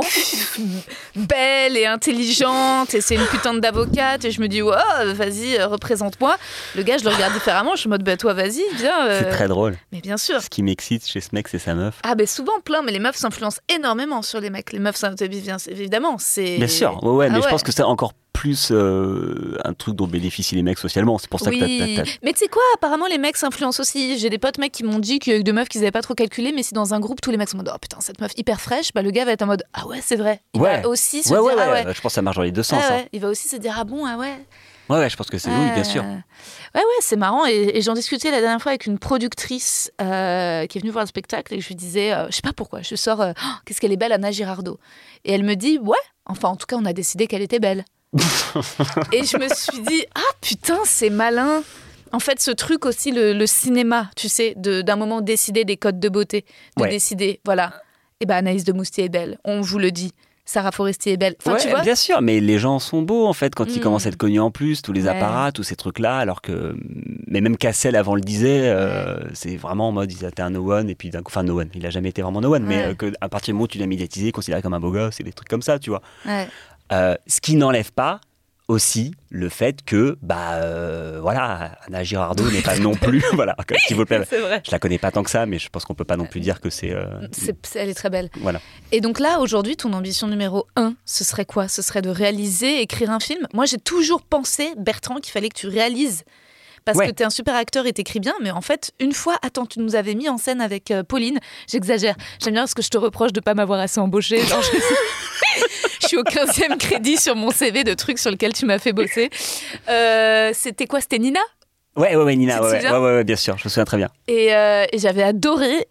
belle et intelligente, et c'est une putain d'avocate, et je me dis, wow, vas-y, représente-moi. Le gars, je le regarde différemment, je suis en mode, bah toi, vas-y, viens. C'est très drôle. Mais bien sûr. Ce qui m'excite chez ce mec, c'est sa meuf. Ah, ben souvent plein, mais les meufs s'influencent énormément sur les mecs. Les meufs, évidemment, c'est... Bien sûr, mais je pense que c'est encore plus un truc dont bénéficient les mecs socialement. C'est pour ça que t'as... Mais tu sais quoi, apparemment les mecs s'influencent aussi. J'ai des potes mecs qui m'ont dit qu'avec deux meufs qu'ils avaient pas trop calculé, mais si dans un groupe tous les mecs sont en mode oh putain cette meuf hyper fraîche, bah le gars va être en mode ah ouais c'est vrai. Il va aussi se dire ah ouais. Je pense que ça marche dans les deux sens. Ouais. Il va aussi se dire ah bon ah ouais. Ouais, je pense que c'est oui, bien sûr. Ouais, c'est marrant. Et j'en discutais la dernière fois avec une productrice qui est venue voir le spectacle et je lui disais, je sais pas pourquoi, je sors, qu'est-ce qu'elle est belle, Anna Girardot. Et elle me dit, ouais, enfin en tout cas on a décidé qu'elle était belle. Et je me suis dit, ah putain, c'est malin. En fait, ce truc aussi, le cinéma, tu sais, d'un moment décider des codes de beauté, de décider, voilà. Et ben Anaïs de Moustier est belle, on vous le dit. Sarah Forestier est belle. Enfin, tu vois bien sûr, mais les gens sont beaux en fait quand ils commencent à être connus en plus, tous les apparats, tous ces trucs-là, alors que mais même Cassel avant le disait, c'est vraiment en mode il était un no one et puis d'un coup, enfin no one, il a jamais été vraiment no one, mais à partir du moment où tu l'as médiatisé, considéré comme un beau gosse, c'est des trucs comme ça, tu vois. Ce qui n'enlève pas aussi le fait que voilà, Anna Girardot n'est pas non plus voilà, s'il vous plaît. Je la connais pas tant que ça, mais je pense qu'on peut pas non plus dire que c'est elle est très belle. Voilà. Et donc là aujourd'hui ton ambition numéro 1, ce serait quoi? Ce serait de réaliser, écrire un film. Moi j'ai toujours pensé, Bertrand, qu'il fallait que tu réalises. Parce que t'es un super acteur et t'écris bien, mais en fait, une fois, attends, tu nous avais mis en scène avec Pauline, j'exagère, j'aime bien parce que je te reproche de pas m'avoir assez embauché, genre je suis au 15e crédit sur mon CV de trucs sur lesquels tu m'as fait bosser. C'était quoi? C'était Nina? Ouais, Nina, ouais, bien sûr, je me souviens très bien. Et j'avais adoré,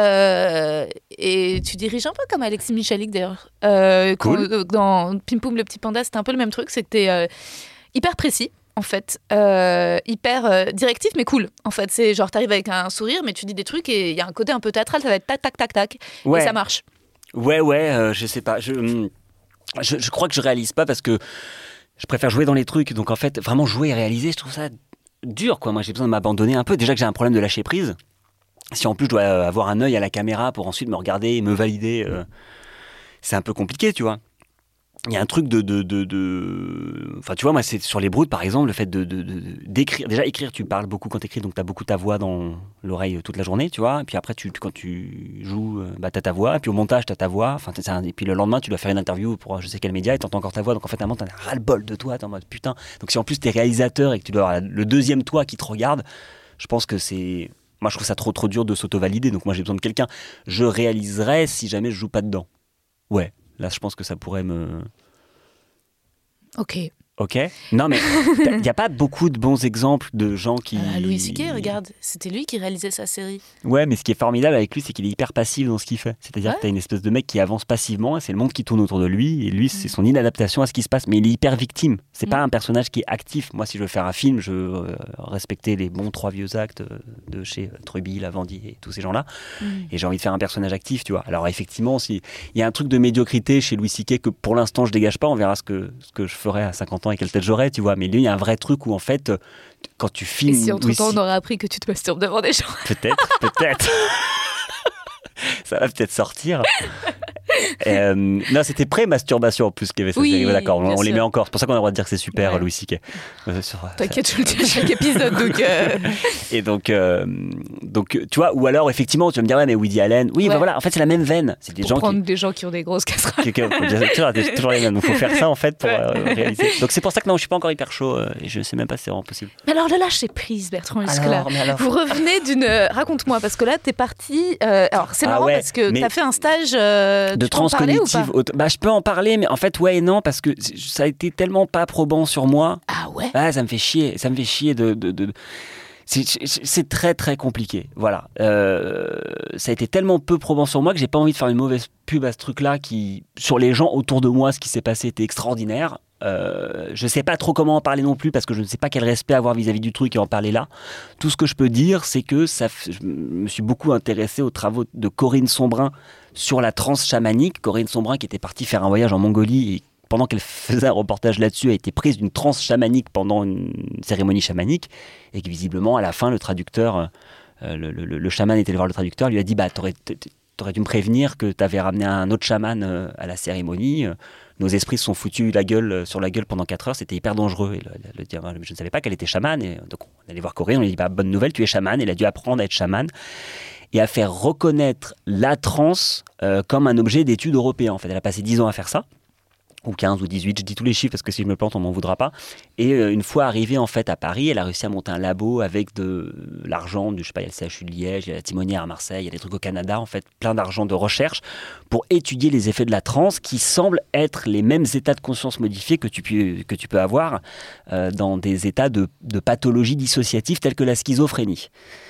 et tu diriges un peu comme Alexis Michalik d'ailleurs. Cool. Dans Pim Poum le petit panda, c'était un peu le même truc, c'était hyper précis. En fait, hyper directif, mais cool. En fait, c'est genre, t'arrives avec un sourire, mais tu dis des trucs et il y a un côté un peu théâtral, ça va être tac, tac, tac, tac. Et ça marche. Ouais, je sais pas. Je crois que je réalise pas parce que je préfère jouer dans les trucs. Donc en fait, vraiment jouer et réaliser, je trouve ça dur, quoi. Moi, j'ai besoin de m'abandonner un peu. Déjà que j'ai un problème de lâcher prise. Si en plus je dois avoir un œil à la caméra pour ensuite me regarder et me valider, c'est un peu compliqué, tu vois. Il y a un truc enfin tu vois, moi c'est sur les brutes par exemple, le fait d'écrire, déjà écrire, tu parles beaucoup quand t'écris, donc t'as beaucoup ta voix dans l'oreille toute la journée, tu vois, et puis après quand tu joues, t'as ta voix, et puis au montage t'as ta voix, enfin et puis le lendemain tu dois faire une interview pour je sais quel média et t'entends encore ta voix, donc en fait à un moment t'en as ras-le-bol de toi, t'es en mode putain, donc si en plus t'es réalisateur et que tu dois avoir le deuxième toi qui te regarde, je pense que c'est... Moi je trouve ça trop dur de s'auto-valider, donc moi j'ai besoin de quelqu'un. Je réaliserais si jamais je joue pas dedans. Ouais. Là, je pense que ça pourrait me... Ok. Ok. Non, mais il n'y a pas beaucoup de bons exemples de gens qui... Louis C.K., regarde, c'était lui qui réalisait sa série. Ouais, mais ce qui est formidable avec lui, c'est qu'il est hyper passif dans ce qu'il fait. C'est-à-dire que tu as une espèce de mec qui avance passivement, et c'est le monde qui tourne autour de lui, et lui, c'est son inadaptation à ce qui se passe. Mais il est hyper victime. C'est pas un personnage qui est actif. Moi, si je veux faire un film, je veux respecter les bons 3 vieux actes de chez Truby, Lavandy et tous ces gens-là. Et j'ai envie de faire un personnage actif, tu vois. Alors effectivement, il y a un truc de médiocrité chez Louis C.K. que pour l'instant, je dégage pas. On verra ce que je ferai à 50 ans et quelle tête j'aurai, tu vois. Mais lui, il y a un vrai truc où, en fait, quand tu filmes... Et si entre-temps, on aurait appris que tu te masturbes devant des gens. Peut-être. Ça va peut-être sortir. Non, c'était pré-masturbation en plus qu'il y avait cette série. D'accord, on les met encore. C'est pour ça qu'on a le droit de dire que c'est super, Louis C.K. T'inquiète, je le dis à chaque épisode. Et donc, tu vois, ou alors effectivement, tu vas me dire, ouais, mais Woody Allen, oui, bah voilà, en fait, c'est la même veine. C'est des pour gens prendre des gens qui ont des grosses casseroles. Toujours les mêmes. Donc, il faut faire ça en fait pour réaliser. Donc, c'est pour ça que non, je suis pas encore hyper chaud et je sais même pas si c'est vraiment possible. Mais alors, le lâcher prise, Bertrand Huskla. Vous revenez d'une. Raconte-moi, parce que là, t'es parti. Alors, c'est marrant parce que t'as fait un stage de transcognitive. Bah, je peux en parler, mais en fait, ouais et non, parce que ça a été tellement pas probant sur moi. Ah ouais. Ah, ça me fait chier. Ça me fait chier de... C'est très très compliqué. Voilà. Ça a été tellement peu probant sur moi que j'ai pas envie de faire une mauvaise pub à ce truc-là qui, sur les gens autour de moi, ce qui s'est passé était extraordinaire. Je sais pas trop comment en parler non plus parce que je ne sais pas quel respect avoir vis-à-vis du truc et en parler là. Tout ce que je peux dire, c'est que je me suis beaucoup intéressé aux travaux de Corinne Sombrin sur la transe chamanique. Corinne Sombrin qui était partie faire un voyage en Mongolie et pendant qu'elle faisait un reportage là-dessus, a été prise d'une transe chamanique pendant une cérémonie chamanique et que visiblement à la fin le traducteur, le chaman était allé voir le traducteur, lui a dit t'aurais dû me prévenir que t'avais ramené un autre chaman à la cérémonie. Nos esprits se sont foutus sur la gueule pendant 4 heures, c'était hyper dangereux. Et je ne savais pas qu'elle était chamane. Et donc on allait voir Corinne, on lui a dit bonne nouvelle, tu es chamane. Elle a dû apprendre à être chamane et à faire reconnaître la transe comme un objet d'étude européen. En fait, elle a passé 10 ans à faire ça. Ou 15 ou 18, je dis tous les chiffres parce que si je me plante, on m'en voudra pas. Et une fois arrivée en fait à Paris, elle a réussi à monter un labo avec de l'argent, je sais pas, il y a le CHU de Liège, il y a la Timonière à Marseille, il y a des trucs au Canada, en fait, plein d'argent de recherche pour étudier les effets de la transe qui semblent être les mêmes états de conscience modifiés que tu peux avoir dans des états de pathologie dissociative tels que la schizophrénie.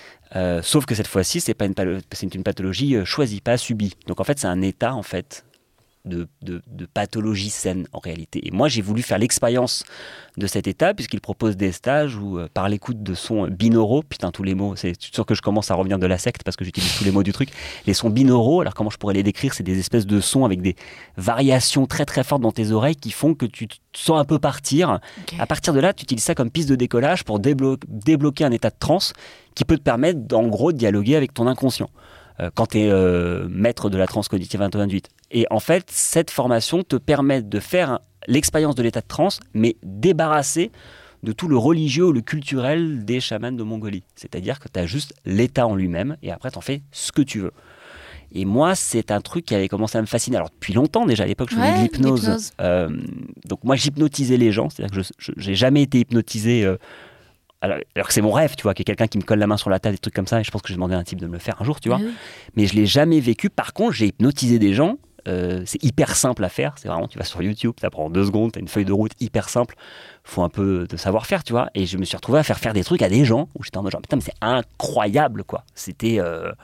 Sauf que cette fois-ci, c'est une pathologie choisie, pas subie. Donc en fait, c'est un état en fait de pathologie saine en réalité. Et moi, j'ai voulu faire l'expérience de cet état puisqu'il propose des stages où, par l'écoute de sons binauraux, putain, tous les mots, c'est sûr que je commence à revenir de la secte parce que j'utilise tous les mots du truc. Les sons binauraux, alors comment je pourrais les décrire? C'est des espèces de sons avec des variations très très fortes dans tes oreilles qui font que tu te sens un peu partir. Okay. À partir de là, tu utilises ça comme piste de décollage pour débloquer un état de transe qui peut te permettre, en gros, de dialoguer avec ton inconscient. Quand tu es maître de la transe cognitive induite. Et en fait, cette formation te permet de faire l'expérience de l'état de transe, mais débarrassé de tout le religieux ou le culturel des chamans de Mongolie. C'est-à-dire que tu as juste l'état en lui-même, et après, tu en fais ce que tu veux. Et moi, c'est un truc qui avait commencé à me fasciner. Alors, depuis longtemps déjà, à l'époque, je faisais de l'hypnose. Donc moi, j'hypnotisais les gens. C'est-à-dire que je n'ai jamais été hypnotisé... alors que c'est mon rêve, tu vois, qu'il y ait quelqu'un qui me colle la main sur la table, des trucs comme ça, et je pense que j'ai demandé à un type de me le faire un jour, tu vois. Oui. Mais je l'ai jamais vécu. Par contre, j'ai hypnotisé des gens. C'est hyper simple à faire. C'est vraiment, tu vas sur YouTube, ça prend 2 secondes, t'as une feuille de route hyper simple. Faut un peu de savoir-faire, tu vois. Et je me suis retrouvé à faire des trucs à des gens où j'étais en mode genre, putain, mais c'est incroyable, quoi. C'était...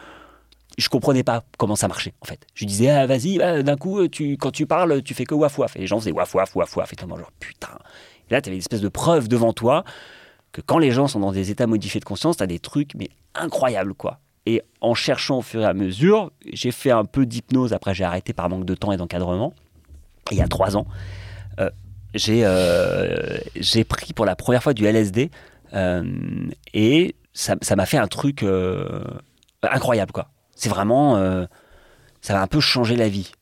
je comprenais pas comment ça marchait, en fait. Je disais, ah, vas-y, d'un coup, quand tu parles, tu fais que waf waf. Et les gens faisaient waf waf waf waf. Et t'es en mode genre, putain. Et là, t'avais une espèce de preuve devant toi que quand les gens sont dans des états modifiés de conscience, t'as des trucs, mais incroyables, quoi. Et en cherchant au fur et à mesure, j'ai fait un peu d'hypnose. Après, j'ai arrêté par manque de temps et d'encadrement. Et il y a 3 ans, j'ai pris pour la première fois du LSD. Et ça m'a fait un truc incroyable, quoi. C'est vraiment... ça m'a un peu changé la vie.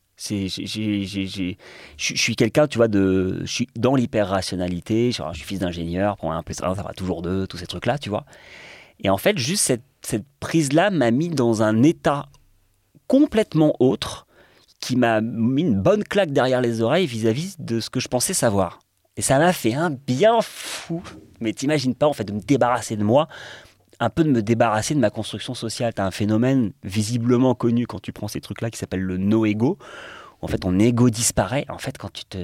Je suis quelqu'un, tu vois, je suis dans l'hyper-rationalité, je suis fils d'ingénieur, pour un peu ça va toujours 2, tous ces trucs-là, tu vois. Et en fait, juste cette prise-là m'a mis dans un état complètement autre, qui m'a mis une bonne claque derrière les oreilles vis-à-vis de ce que je pensais savoir. Et ça m'a fait un bien fou, mais t'imagines pas, en fait, de me débarrasser de moi, un peu de me débarrasser de ma construction sociale. Tu as un phénomène visiblement connu quand tu prends ces trucs-là qui s'appelle le no-ego. En fait, ton ego disparaît. En fait, quand tu te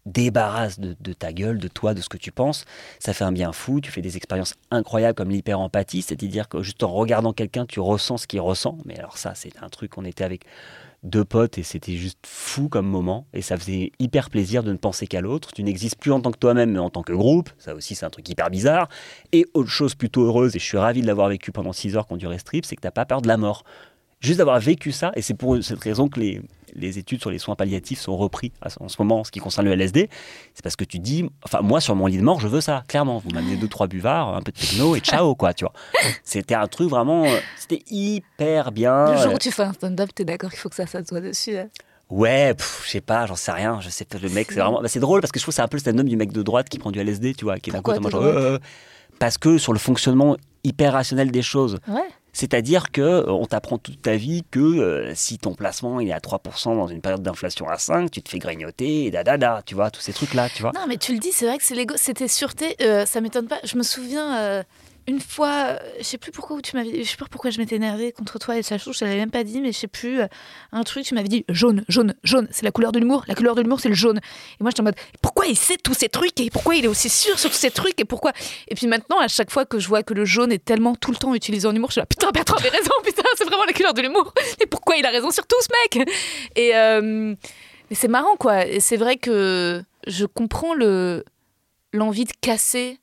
débarrasse de ta gueule, de toi, de ce que tu penses. Ça fait un bien fou. Tu fais des expériences incroyables comme l'hyper-empathie, c'est-à-dire que juste en regardant quelqu'un, tu ressens ce qu'il ressent. Mais alors ça, c'est un truc, on était avec 2 potes et c'était juste fou comme moment. Et ça faisait hyper plaisir de ne penser qu'à l'autre. Tu n'existes plus en tant que toi-même, mais en tant que groupe. Ça aussi, c'est un truc hyper bizarre. Et autre chose plutôt heureuse, et je suis ravi de l'avoir vécu pendant 6 heures qu'on durait ce trip, c'est que tu n'as pas peur de la mort. Juste d'avoir vécu ça, et c'est pour cette raison que les études sur les soins palliatifs sont repris en ce moment en ce qui concerne le LSD, c'est parce que tu dis, enfin moi sur mon lit de mort je veux ça, clairement, vous m'amenez 2-3 buvards, un peu de techno et ciao quoi, tu vois. C'était un truc vraiment, c'était hyper bien. Le jour où tu fais un stand-up, t'es d'accord qu'il faut que ça soit dessus hein. Ouais, je sais pas, j'en sais rien, je sais pas, le mec c'est vraiment, c'est drôle parce que je trouve que c'est un peu le stand-up du mec de droite qui prend du LSD, tu vois, qui est d'un côté moi genre, parce que sur le fonctionnement hyper rationnel des choses. Ouais. C'est-à-dire qu'on t'apprend toute ta vie que si ton placement il est à 3% dans une période d'inflation à 5, tu te fais grignoter, et tu vois, tous ces trucs-là, tu vois. Non, mais tu le dis, c'est vrai que c'est l'ego, c'était sûreté, ça m'étonne pas. Je me souviens, une fois, je sais plus pourquoi je sais pas pourquoi je m'étais énervée contre toi et Sachou, je te l'avais même pas dit, mais je sais plus, un truc, tu m'avais dit jaune, c'est la couleur de l'humour c'est le jaune. Et moi j'étais en mode, pourquoi il sait tous ces trucs et pourquoi il est aussi sûr sur tous ces trucs et pourquoi. Et puis maintenant, à chaque fois que je vois que le jaune est tellement tout le temps utilisé en humour, je suis là, putain, Bertrand avait raison, putain, c'est vraiment la couleur de l'humour. Et pourquoi il a raison sur tout ce mec. Et mais c'est marrant quoi, et c'est vrai que je comprends l'envie de casser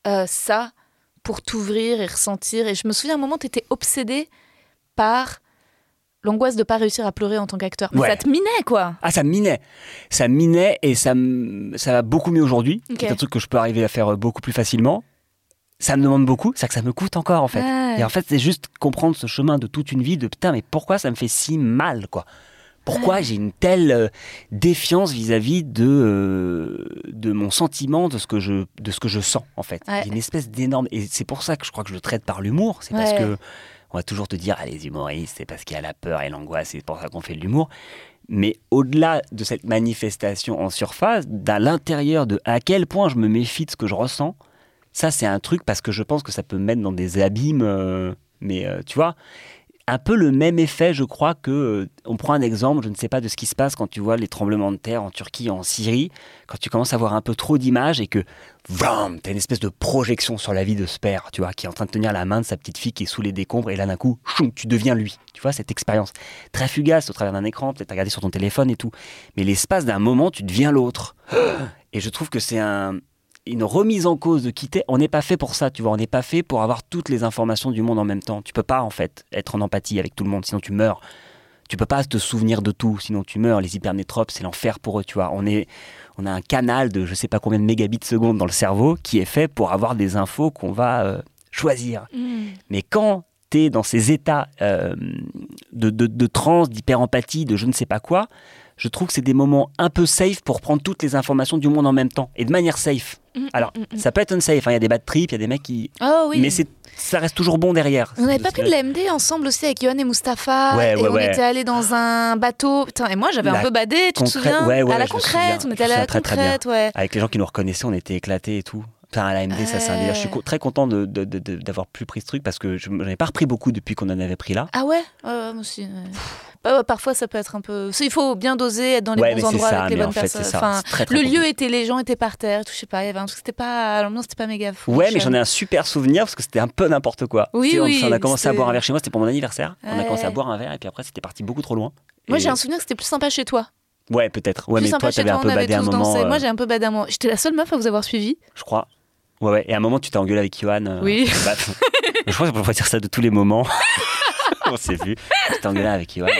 ça pour t'ouvrir et ressentir. Et je me souviens, à un moment, t'étais obsédée par l'angoisse de pas réussir à pleurer en tant qu'acteur. Mais ça te minait, quoi. Ah, ça me minait. Ça me minait et ça va beaucoup mieux aujourd'hui. Okay. C'est un truc que je peux arriver à faire beaucoup plus facilement. Ça me demande beaucoup, c'est que ça me coûte encore, en fait. Ouais. Et en fait, c'est juste comprendre ce chemin de toute une vie de putain, mais pourquoi ça me fait si mal, quoi. Pourquoi j'ai une telle défiance vis-à-vis de mon sentiment, de ce que je sens, en fait. Ouais. J'ai une espèce d'énorme... Et c'est pour ça que je crois que je le traite par l'humour. C'est parce que on va toujours te dire, ah, les humoristes, c'est parce qu'il y a la peur et l'angoisse, c'est pour ça qu'on fait de l'humour. Mais au-delà de cette manifestation en surface, à l'intérieur de à quel point je me méfie de ce que je ressens, ça, c'est un truc parce que je pense que ça peut me mettre dans des abîmes... tu vois, un peu le même effet, je crois, que... on prend un exemple, je ne sais pas, de ce qui se passe quand tu vois les tremblements de terre en Turquie, en Syrie, quand tu commences à voir un peu trop d'images et que, vroom, t'as une espèce de projection sur la vie de ce père, tu vois, qui est en train de tenir la main de sa petite fille qui est sous les décombres, et là, d'un coup, choum, tu deviens lui. Tu vois, cette expérience très fugace au travers d'un écran, peut-être regarder sur ton téléphone et tout. Mais l'espace d'un moment, tu deviens l'autre. Et je trouve que c'est une remise en cause de qui t'es. On n'est pas fait pour ça, tu vois. On n'est pas fait pour avoir toutes les informations du monde en même temps. Tu peux pas, en fait, être en empathie avec tout le monde, sinon tu meurs. Tu peux pas te souvenir de tout, sinon tu meurs. Les hypermétropes, c'est l'enfer pour eux, tu vois. On a un canal de je sais pas combien de mégabits seconde dans le cerveau qui est fait pour avoir des infos qu'on va choisir. Mais quand t'es dans ces états de transe, d'hyper-empathie, de je ne sais pas quoi, je trouve que c'est des moments un peu safe pour prendre toutes les informations du monde en même temps, et de manière safe. Alors, ça peut être unsafe, il y a des bad trips, il y a des mecs qui... Oh, oui. Mais ça reste toujours bon derrière. On n'avait pas pris de la MD ensemble aussi avec Yohan et Mustapha, on était allés dans un bateau, putain, et moi j'avais un peu badé, tu te souviens, à la concrète, on était allés à la concrète, ouais. Avec les gens qui nous reconnaissaient, on était éclatés et tout. Enfin, à la MD, ça c'est un délire. Je suis très content d'avoir plus pris ce truc parce que je n'en ai pas repris beaucoup depuis qu'on en avait pris là. Ah ouais, moi aussi. Parfois, ça peut être un peu... Il faut bien doser, être dans les bons endroits avec les bonnes personnes. Enfin, le lieu les gens étaient par terre, je sais pas, il y avait un truc, l'ambiance c'était pas méga fou. Ouais, mais j'en ai un super souvenir parce que c'était un peu n'importe quoi. Oui, on a commencé à boire un verre chez moi, c'était pour mon anniversaire. Ouais. On a commencé à boire un verre et puis après c'était parti beaucoup trop loin. Moi j'ai un souvenir que c'était plus sympa chez toi. Ouais, peut-être. Ouais, mais toi t'avais un peu badé un moment. Moi j'ai un peu badé un moment. J'étais la seule meuf à vous avoir suivi. Je crois. Ouais. Et à un moment, tu t'es engueulé avec Yohan. Oui. Je crois qu'on peut dire ça de tous les moments. On s'est vu. Tu t'es engueulé avec Yohan.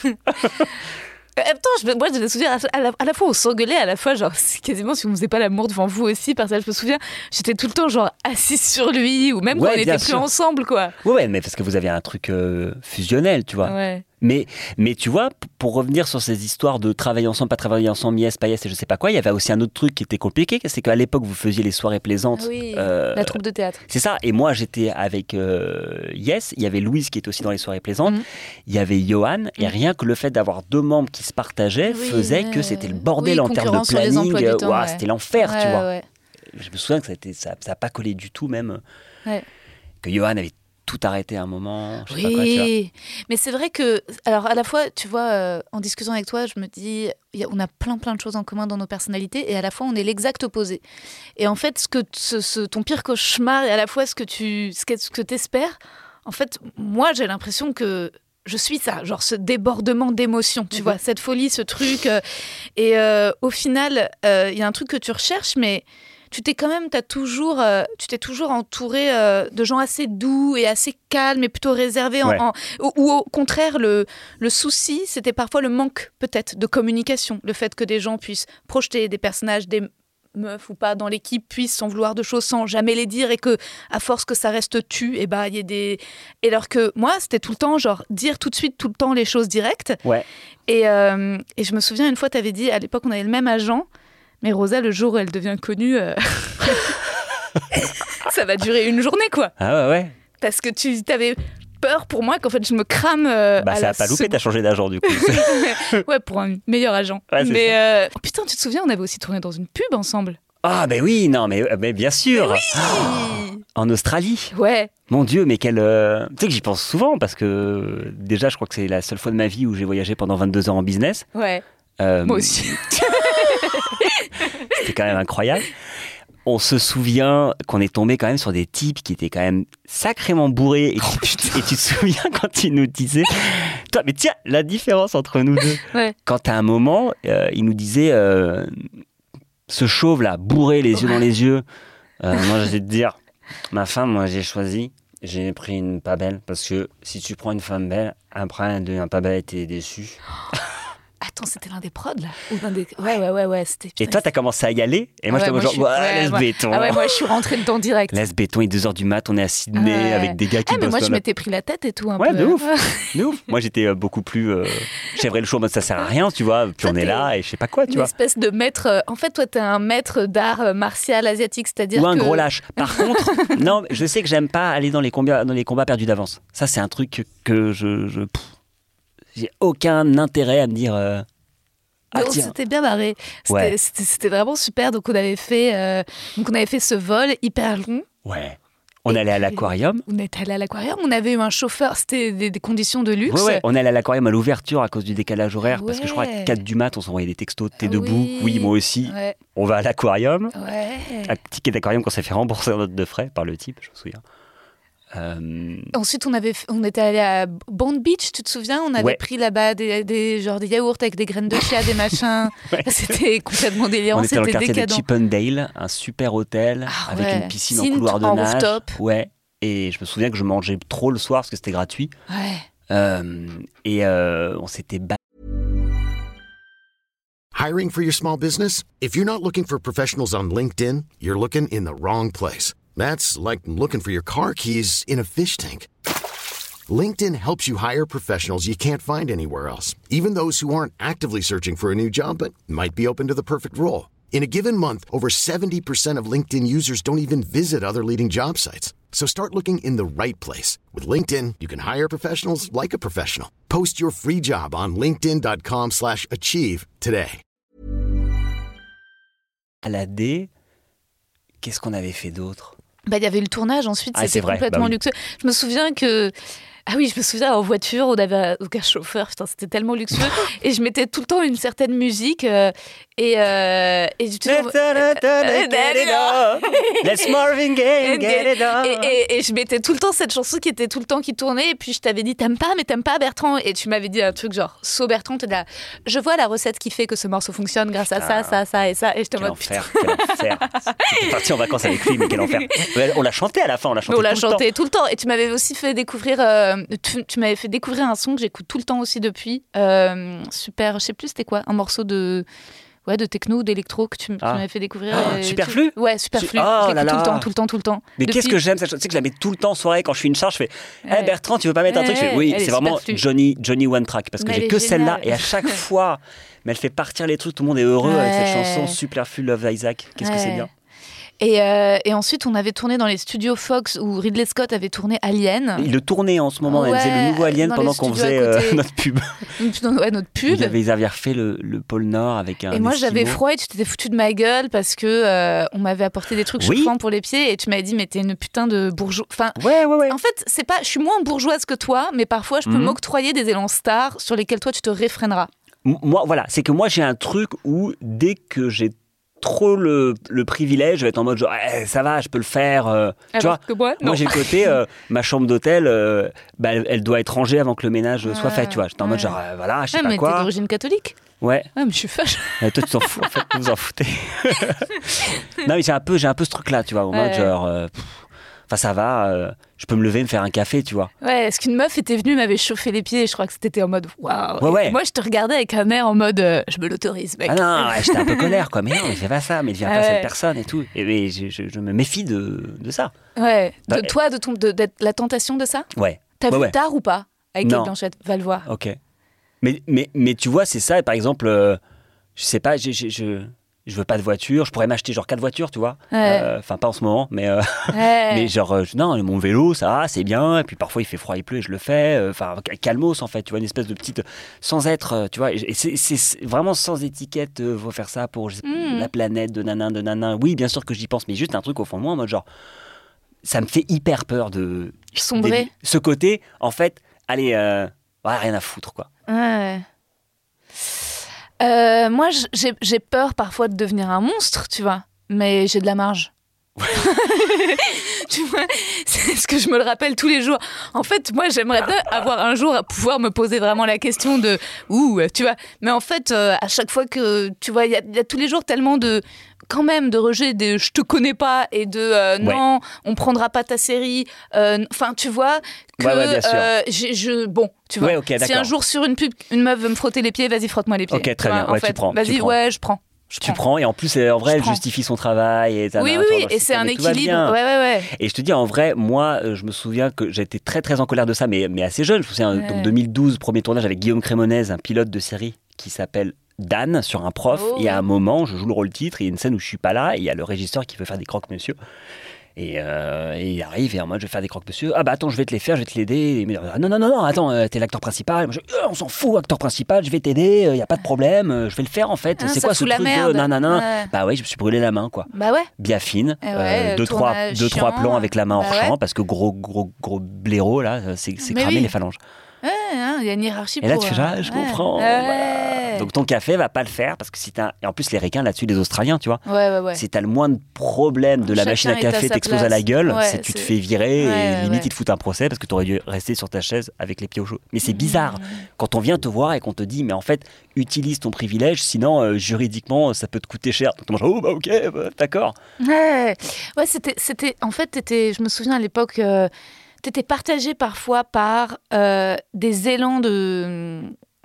Moi, je me souviens, à la fois on s'engueulait, à la fois, genre, c'est quasiment si on faisait pas l'amour devant vous aussi, parce que je me souviens, j'étais tout le temps, genre, assise sur lui, ou même quand on était plus ensemble, quoi. Ouais, mais parce que vous avez un truc fusionnel, tu vois. Ouais. Mais tu vois, pour revenir sur ces histoires de travailler ensemble, pas travailler ensemble, yes, pas yes, et je sais pas quoi, il y avait aussi un autre truc qui était compliqué, c'est qu'à l'époque, vous faisiez les soirées plaisantes. Oui, la troupe de théâtre. C'est ça, et moi, j'étais avec Yes, il y avait Louise qui était aussi dans les soirées plaisantes, il y avait Yohan, et rien que le fait d'avoir 2 membres qui se partageaient faisait que c'était le bordel en termes de planning, c'était l'enfer, tu vois. Ouais. Je me souviens que ça n'a pas collé du tout, même. Ouais. Que Yohan avait tout arrêter à un moment. Je sais Oui, pas quoi, tu vois. mais c'est vrai que, alors à la fois, tu vois, en discutant avec toi, je me dis, on a plein de choses en commun dans nos personnalités et à la fois on est l'exact opposé. Et en fait, ton pire cauchemar et à la fois ce que t'espères, en fait, moi j'ai l'impression que je suis ça, genre ce débordement d'émotions, tu vois, cette folie, ce truc. Et au final, il y a un truc que tu recherches, mais tu t'es toujours entouré de gens assez doux et assez calmes et plutôt réservés. Ou au contraire, le souci, c'était parfois le manque peut-être de communication. Le fait que des gens puissent projeter des personnages, des meufs ou pas dans l'équipe, puissent s'en vouloir de choses sans jamais les dire et que, à force que ça reste tu, et il y a des... Et alors que moi, c'était tout le temps, genre, dire tout de suite, tout le temps les choses directes. Ouais. Et je me souviens, une fois, tu avais dit, à l'époque, on avait le même agent. Mais Rosa, le jour où elle devient connue, ça va durer une journée, quoi. Ah ouais. Parce que tu avais peur pour moi qu'en fait je me crame. Ça n'a pas loupé, t'as changé d'agent du coup. Ouais, pour un meilleur agent. Ouais, mais putain, tu te souviens, on avait aussi tourné dans une pub ensemble. Ah ben oui, non mais bien sûr. Mais oui. En Australie. Ouais. Mon Dieu, mais quel... Tu sais que j'y pense souvent parce que déjà, je crois que c'est la seule fois de ma vie où j'ai voyagé pendant 22 heures en business. Ouais. Moi aussi. C'était quand même incroyable. On se souvient qu'on est tombé quand même sur des types qui étaient quand même sacrément bourrés. Et tu te souviens quand ils nous disaient... Toi, mais tiens, la différence entre nous deux. Ouais. Quand à un moment, ils nous disaient... ce chauve-là, bourré, les yeux dans les yeux. Moi, je vais te dire, ma femme, moi, j'ai pris une pas belle. Parce que si tu prends une femme belle, après, un pas belle, t'es déçu. Attends, c'était l'un des prods, là ou l'un des... Ouais. Et toi, t'as commencé à y aller. Et moi, j'étais genre, laisse béton. Ah ouais, moi, je suis rentrée dedans direct. Laisse béton, il est 2h du mat, on est à Sydney avec des gars qui bossent. Mais moi, je m'étais pris la tête et tout, un peu. Ouais, de ouf. Moi, j'étais beaucoup plus... J'aimerais le show en mode, ça sert à rien, tu vois. Puis on est là et je sais pas quoi, tu vois. Une espèce de maître... En fait, toi, t'es un maître d'art martial asiatique, c'est-à-dire Ou un gros lâche. Par contre, non, je sais que j'aime pas aller dans les combats perdus d'avance. Ça, c'est un truc que j'ai aucun intérêt à me dire... on s'était bien marré. C'était vraiment super. Donc on avait fait ce vol hyper long. Ouais. On allait à l'aquarium. On est allé à l'aquarium. On avait eu un chauffeur. C'était des conditions de luxe. Ouais. On allait à l'aquarium à l'ouverture à cause du décalage horaire. Parce que je crois qu'à 4 du mat, on s'envoyait des textos. T'es debout. Oui, moi aussi. Ouais. On va à l'aquarium. Ouais. Un ticket d'aquarium qu'on s'est fait rembourser en note de frais par le type, je me souviens. Ensuite, on était allé à Bond Beach, tu te souviens? On avait pris là-bas des yaourts avec des graines de chia, des machins. C'était complètement délirant. On était dans le quartier décadent. de Chippendale, un super hôtel avec une piscine en couloir de nage. Rooftop. Ouais. Et je me souviens que je mangeais trop le soir parce que c'était gratuit. Ouais. On s'était battu. Hiring for your small business? If you're not looking for professionals on LinkedIn, you're looking in the wrong place. That's like looking for your car keys in a fish tank. LinkedIn helps you hire professionals you can't find anywhere else, even those who aren't actively searching for a new job but might be open to the perfect role. In a given month, over 70% of LinkedIn users don't even visit other leading job sites. So start looking in the right place. With LinkedIn, you can hire professionals like a professional. Post your free job on linkedin.com/achieve today. À la D, qu'est-ce qu'on avait fait d'autre? Il y avait le tournage ensuite, c'était vrai, complètement oui. luxueux. Je me souviens que... Ah oui, je me souviens en voiture, on avait un chauffeur, putain, c'était tellement luxueux. Et je mettais tout le temps une certaine musique et du Let's Marvin Gaye, get it on. Et je mettais tout le temps cette chanson qui était tout le temps qui tournait. Et puis je t'avais dit, t'aimes pas Bertrand. Et tu m'avais dit un truc genre, So Bertrand, t'es là, je vois la recette qui fait que ce morceau fonctionne grâce à ça et ça. Et je te mode, quel enfer. J'étais parti en vacances avec lui, mais quel enfer. On l'a chanté à la fin, on l'a chanté tout le temps. Et tu m'avais aussi fait découvrir... Tu m'avais fait découvrir un son que j'écoute tout le temps aussi depuis. Super, je sais plus c'était quoi, un morceau de techno ou d'électro que tu m'avais fait découvrir. Superflu. Ouais, Superflu. Oh j'écoute là là. tout le temps. Mais Depuis... qu'est-ce que j'aime cette chanson. Tu sais que je la mets tout le temps en soirée quand je suis une charge. Je fais Bertrand, tu veux pas mettre un truc? Je fais, oui, c'est vraiment Johnny One Track parce que j'ai que celle-là et à chaque fois, mais elle fait partir les trucs. Tout le monde est heureux avec cette chanson Superflu Love Isaac. Qu'est-ce que c'est bien. Et ensuite, on avait tourné dans les studios Fox où Ridley Scott avait tourné Alien. Il le tournait en ce moment, il faisait le nouveau Alien pendant qu'on faisait notre pub. Notre pub. Ils avaient refait le pôle Nord avec un. Et moi, j'avais froid et tu t'étais foutu de ma gueule parce que on m'avait apporté des trucs chauffants pour les pieds et tu m'avais dit, mais t'es une putain de bourgeois. Enfin, ouais. En fait, je suis moins bourgeoise que toi, mais parfois, je peux m'octroyer des élans stars sur lesquels toi, tu te réfréneras. Moi, voilà, c'est que moi, j'ai un truc où dès que j'ai trop le privilège, je vais être en mode genre ça va, je peux le faire. Tu vois, moi j'ai le côté ma chambre d'hôtel, elle doit être rangée avant que le ménage soit fait. Tu vois, j'étais en mode genre voilà, je sais pas quoi. Mais t'es d'origine catholique. Ouais. Mais je suis fâche. Toi tu t'en fous, en fait, vous en foutez. Non mais j'ai un peu ce truc là, tu vois, en mode genre. Enfin, ça va, je peux me lever, me faire un café, tu vois. Ouais, est-ce qu'une meuf était venue, m'avait chauffé les pieds et je crois que c'était en mode waouh. Ouais. Moi, je te regardais avec un air en mode je me l'autorise, mec. Ah non, j'étais un peu colère, quoi. Mais non, mais fais pas ça, mais deviens pas cette personne et tout. Et je me méfie de ça. Ouais. De toi, de la tentation de ça. Ouais. T'as vu Tard ou pas avec Kate Blanchett? Va le voir. Ok. Mais tu vois, c'est ça. Et par exemple, je sais pas, je veux pas de voiture, je pourrais m'acheter genre 4 voitures, tu vois. Enfin, pas en ce moment, mais mais genre non, mon vélo, ça, c'est bien. Et puis parfois il fait froid, il pleut, et je le fais. Enfin, calmos en fait, tu vois, une espèce de petite, sans être, tu vois. Et c'est vraiment sans étiquette. Faut faire ça pour la planète de nanin. Oui, bien sûr que j'y pense, mais juste un truc au fond de moi, en mode genre, ça me fait hyper peur de sombrer. Ce côté, en fait, allez, rien à foutre, quoi. Ouais. Moi, j'ai peur parfois de devenir un monstre, tu vois, mais j'ai de la marge. Tu vois, c'est ce que je me le rappelle tous les jours. En fait, moi, j'aimerais bien avoir un jour à pouvoir me poser vraiment la question de tu vois. Mais en fait, à chaque fois que, tu vois, il y a tous les jours tellement de rejet, de je te connais pas et de non, on prendra pas ta série. Enfin, tu vois que bien sûr. bon, tu vois. Okay, si un jour sur une pub, une meuf veut me frotter les pieds, vas-y, frotte-moi les pieds. Ok, très bien. En fait, tu prends. Vas-y, je prends. Tu prends et en plus en vrai elle justifie son travail et oui et c'est un équilibre ouais. Et je te dis en vrai moi je me souviens que j'étais très très en colère de ça mais assez jeune. Je me souviens donc 2012 premier tournage avec Guillaume Crémonez, un pilote de série qui s'appelle Dan sur un prof et à un moment je joue le rôle titre, il y a une scène où je suis pas là et il y a le régisseur qui veut faire des croque-monsieur. Et il arrive et en mode je vais faire des croque-monsieur. Ah bah attends, je vais te les faire, je vais te l'aider. Et il me dit, non, attends, t'es l'acteur principal. Moi, on s'en fout, acteur principal, je vais t'aider, y a pas de problème, je vais le faire en fait. C'est quoi ce truc de nanana? Bah ouais, je me suis brûlé la main quoi. Bah ouais. Biafine, deux trois plans avec la main en champ parce que gros blaireau là, c'est cramé les phalanges. Il y a une hiérarchie. Et là tu fais je comprends. Voilà. Donc ton café va pas le faire parce que si t'as... Et en plus les requins là-dessus, les Australiens, tu vois. Ouais. Si t'as le moindre problème de la machine à café t'explose à la gueule, tu te fais virer et limite ils te foutent un procès parce que t'aurais dû rester sur ta chaise avec les pieds au chaud. Mais c'est bizarre quand on vient te voir et qu'on te dit mais en fait utilise ton privilège sinon juridiquement ça peut te coûter cher. Donc tu manges ok d'accord. Ouais c'était en fait je me souviens à l'époque t'étais partagé parfois par des élans de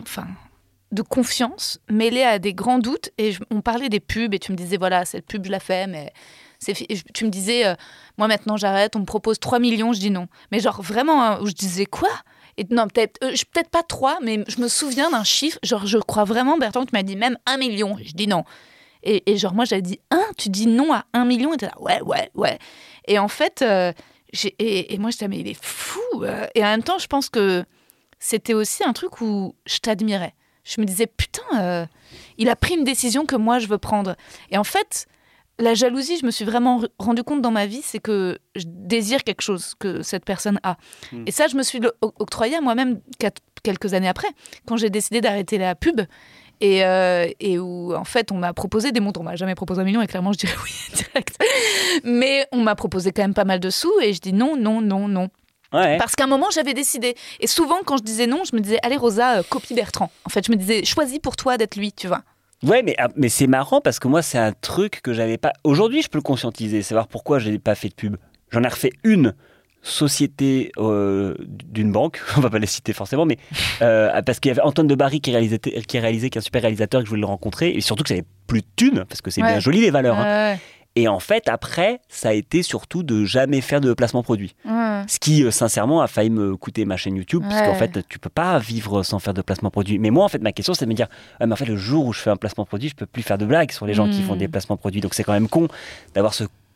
confiance mêlés à des grands doutes et on parlait des pubs et tu me disais voilà cette pub je la fais mais tu me disais moi maintenant j'arrête, on me propose 3 millions, je dis non, mais genre vraiment où je disais quoi et non peut-être pas 3 mais je me souviens d'un chiffre genre je crois vraiment Bertrand que tu m'as dit même 1 million, je dis non et genre moi j'avais dit tu dis non à 1 million et t'es là ouais et en fait et moi, je disais, mais il est fou. Et en même temps, je pense que c'était aussi un truc où je t'admirais. Je me disais, putain, il a pris une décision que moi, je veux prendre. Et en fait, la jalousie, je me suis vraiment rendu compte dans ma vie, c'est que je désire quelque chose que cette personne a. Et ça, je me suis octroyé à moi-même quelques années après, quand j'ai décidé d'arrêter la pub. Et où en fait on m'a proposé des montants, on m'a jamais proposé 1 million et clairement je dirais oui direct, mais on m'a proposé quand même pas mal de sous et je dis non parce qu'à un moment j'avais décidé et souvent quand je disais non je me disais allez Rosa copie Bertrand, en fait je me disais choisis pour toi d'être lui, tu vois. Ouais mais c'est marrant parce que moi c'est un truc que j'avais pas, aujourd'hui je peux le conscientiser, savoir pourquoi je n'ai pas fait de pub. J'en ai refait une société d'une banque, on va pas les citer forcément, mais parce qu'il y avait Antoine de Barry qui réalisait, qui est un super réalisateur, que je voulais le rencontrer, et surtout que j'avais plus de thunes, parce que c'est bien joli les valeurs. Hein. Et en fait, après, ça a été surtout de jamais faire de placement produit. Ce qui, sincèrement, a failli me coûter ma chaîne YouTube, puisqu'en fait, tu peux pas vivre sans faire de placement produit. Mais moi, en fait, ma question, c'est de me dire, mais en fait, le jour où je fais un placement produit, je peux plus faire de blagues sur les gens qui font des placements produits. Donc c'est quand même con d'avoir ce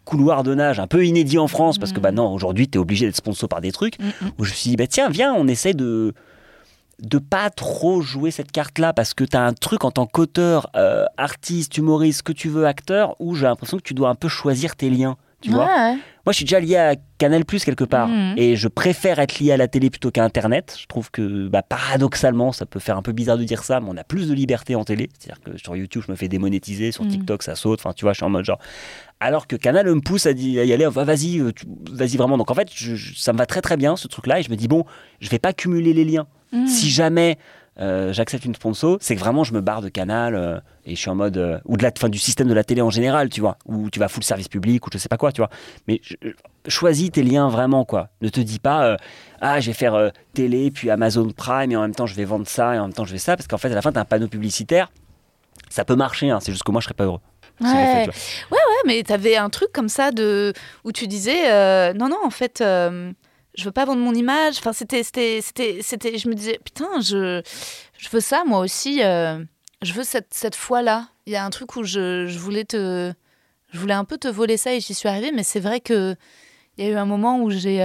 couloir de nage un peu inédit en France, parce que non, aujourd'hui, t'es obligé d'être sponsor par des trucs, où je me suis dit, tiens, viens, on essaie de pas trop jouer cette carte-là, parce que t'as un truc en tant qu'auteur, artiste, humoriste, ce que tu veux, acteur, où j'ai l'impression que tu dois un peu choisir tes liens, tu vois. Moi, je suis déjà lié à Canal+, quelque part, et je préfère être lié à la télé plutôt qu'à Internet. Je trouve que, paradoxalement, ça peut faire un peu bizarre de dire ça, mais on a plus de liberté en télé. C'est-à-dire que sur YouTube, je me fais démonétiser, sur TikTok, ça saute, enfin, tu vois, je suis en mode genre... Alors que Canal me pousse à y aller, vas-y vraiment. Donc en fait, ça me va très très bien, ce truc-là, et je me dis, bon, je vais pas cumuler les liens. Si jamais... j'accepte une sponsor, c'est que vraiment je me barre de Canal et je suis en mode ou du système de la télé en général, tu vois, où tu vas full service public ou je sais pas quoi, tu vois. Mais choisis tes liens vraiment, quoi. Ne te dis pas je vais faire télé puis Amazon Prime et en même temps je vais vendre ça et en même temps je vais ça, parce qu'en fait à la fin t'as un panneau publicitaire, ça peut marcher, hein, c'est juste que moi je serais pas heureux. Ouais, mais t'avais un truc comme ça où tu disais non en fait. Je veux pas vendre mon image. Enfin, c'était. Je me disais, putain, je veux ça moi aussi. Je veux cette fois-là. Il y a un truc où je voulais un peu te voler ça et j'y suis arrivée. Mais c'est vrai que il y a eu un moment où j'ai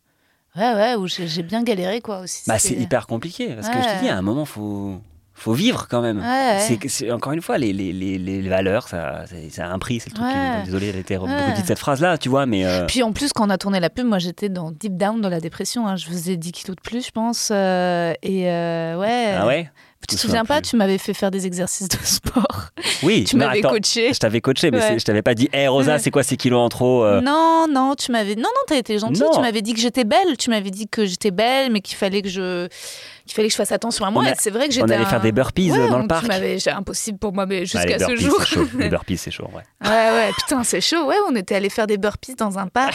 bien galéré, quoi, aussi. C'est hyper compliqué parce que je te dis, à un moment faut vivre quand même. C'est encore une fois les valeurs, ça a un prix, c'est le truc. Désolé, elle était redite cette phrase là, tu vois, mais puis en plus quand on a tourné la pub, moi j'étais deep down dans la dépression, hein. Je faisais 10 kilos de plus, je pense, Ah ouais. Tu te souviens pas, tu m'avais fait faire des exercices de sport. Oui, tu m'avais coaché. Je t'avais coaché, mais je t'avais pas dit, Rosa, c'est quoi ces kilos en trop Non, tu m'avais. Non, t'as été gentille. Tu m'avais dit que j'étais belle. Tu m'avais dit que j'étais belle, mais qu'il fallait que je fasse attention à moi. C'est vrai que j'étais. On allait faire des burpees dans le parc. C'est impossible pour moi, mais jusqu'à ce jour. Les burpees, c'est chaud, ouais. Ouais, putain, c'est chaud. Ouais, on était allés faire des burpees dans un parc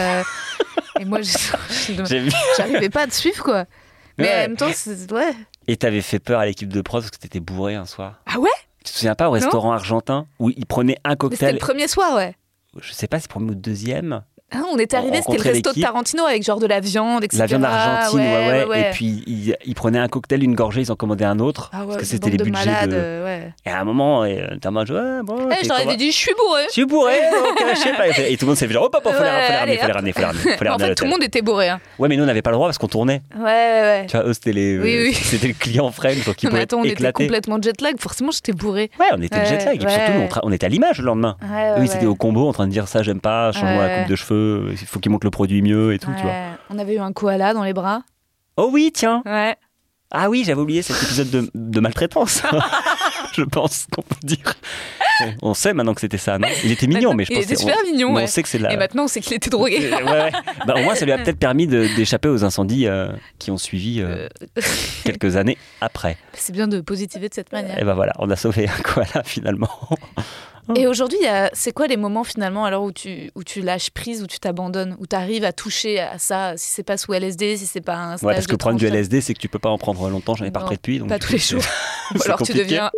et moi, j'arrivais pas à te suivre, quoi. Mais en même temps, ouais. Et t'avais fait peur à l'équipe de prod parce que t'étais bourré un soir. Ah ouais? Tu te souviens pas, au restaurant argentin où ils prenaient un cocktail? C'était le premier soir, ouais. Je sais pas si c'est le premier ou le deuxième. Ah, on était arrivés, c'était le resto de Tarantino avec genre de la viande, etc. La viande argentine, ouais. Et puis ils prenaient un cocktail, une gorgée, ils en commandaient un autre. Parce que c'était les budgets de... Et à un moment, t'as mangé, je leur avais dit, je suis bourré. Je suis bourré, donc je sais pas. Et tout le monde s'est fait genre, faut les ramener. En fait, tout le monde était bourré. Hein. Ouais, mais nous, on n'avait pas le droit parce qu'on tournait. Ouais. Tu vois, eux, c'était c'était le client friend, donc ils pouvaient être éclatés. On était complètement jet lag, forcément, j'étais bourré. Ouais, on était jet lag. Et puis surtout, on était à l'image le lendemain. Eux, ils étaient au combo en train de dire ça, j'aime pas, change-moi la coupe de cheveux, il faut qu'ils montent le produit mieux et tout, tu vois. On avait eu un koala dans les bras. Oh oui, tiens. Ouais. Ah oui, j'avais oublié cet épisode de maltraitance. Je pense qu'on peut dire. On sait maintenant que c'était ça, non? Il était mignon, mais je pense il était super mignon, on sait que c'est Et maintenant, on sait qu'il était drogué. Ouais. Au moins, ça lui a peut-être permis d'échapper aux incendies qui ont suivi quelques années après. C'est bien de positiver de cette manière. Et voilà, on a sauvé un koala finalement. Et aujourd'hui, c'est quoi les moments finalement alors où tu lâches prise, où tu t'abandonnes, où tu arrives à toucher à ça, si c'est pas sous LSD, si c'est pas un stage parce que prendre du LSD, c'est que tu peux pas en prendre longtemps, j'en ai pas repris depuis. Donc pas tous les jours. Ou alors compliqué. Tu deviens...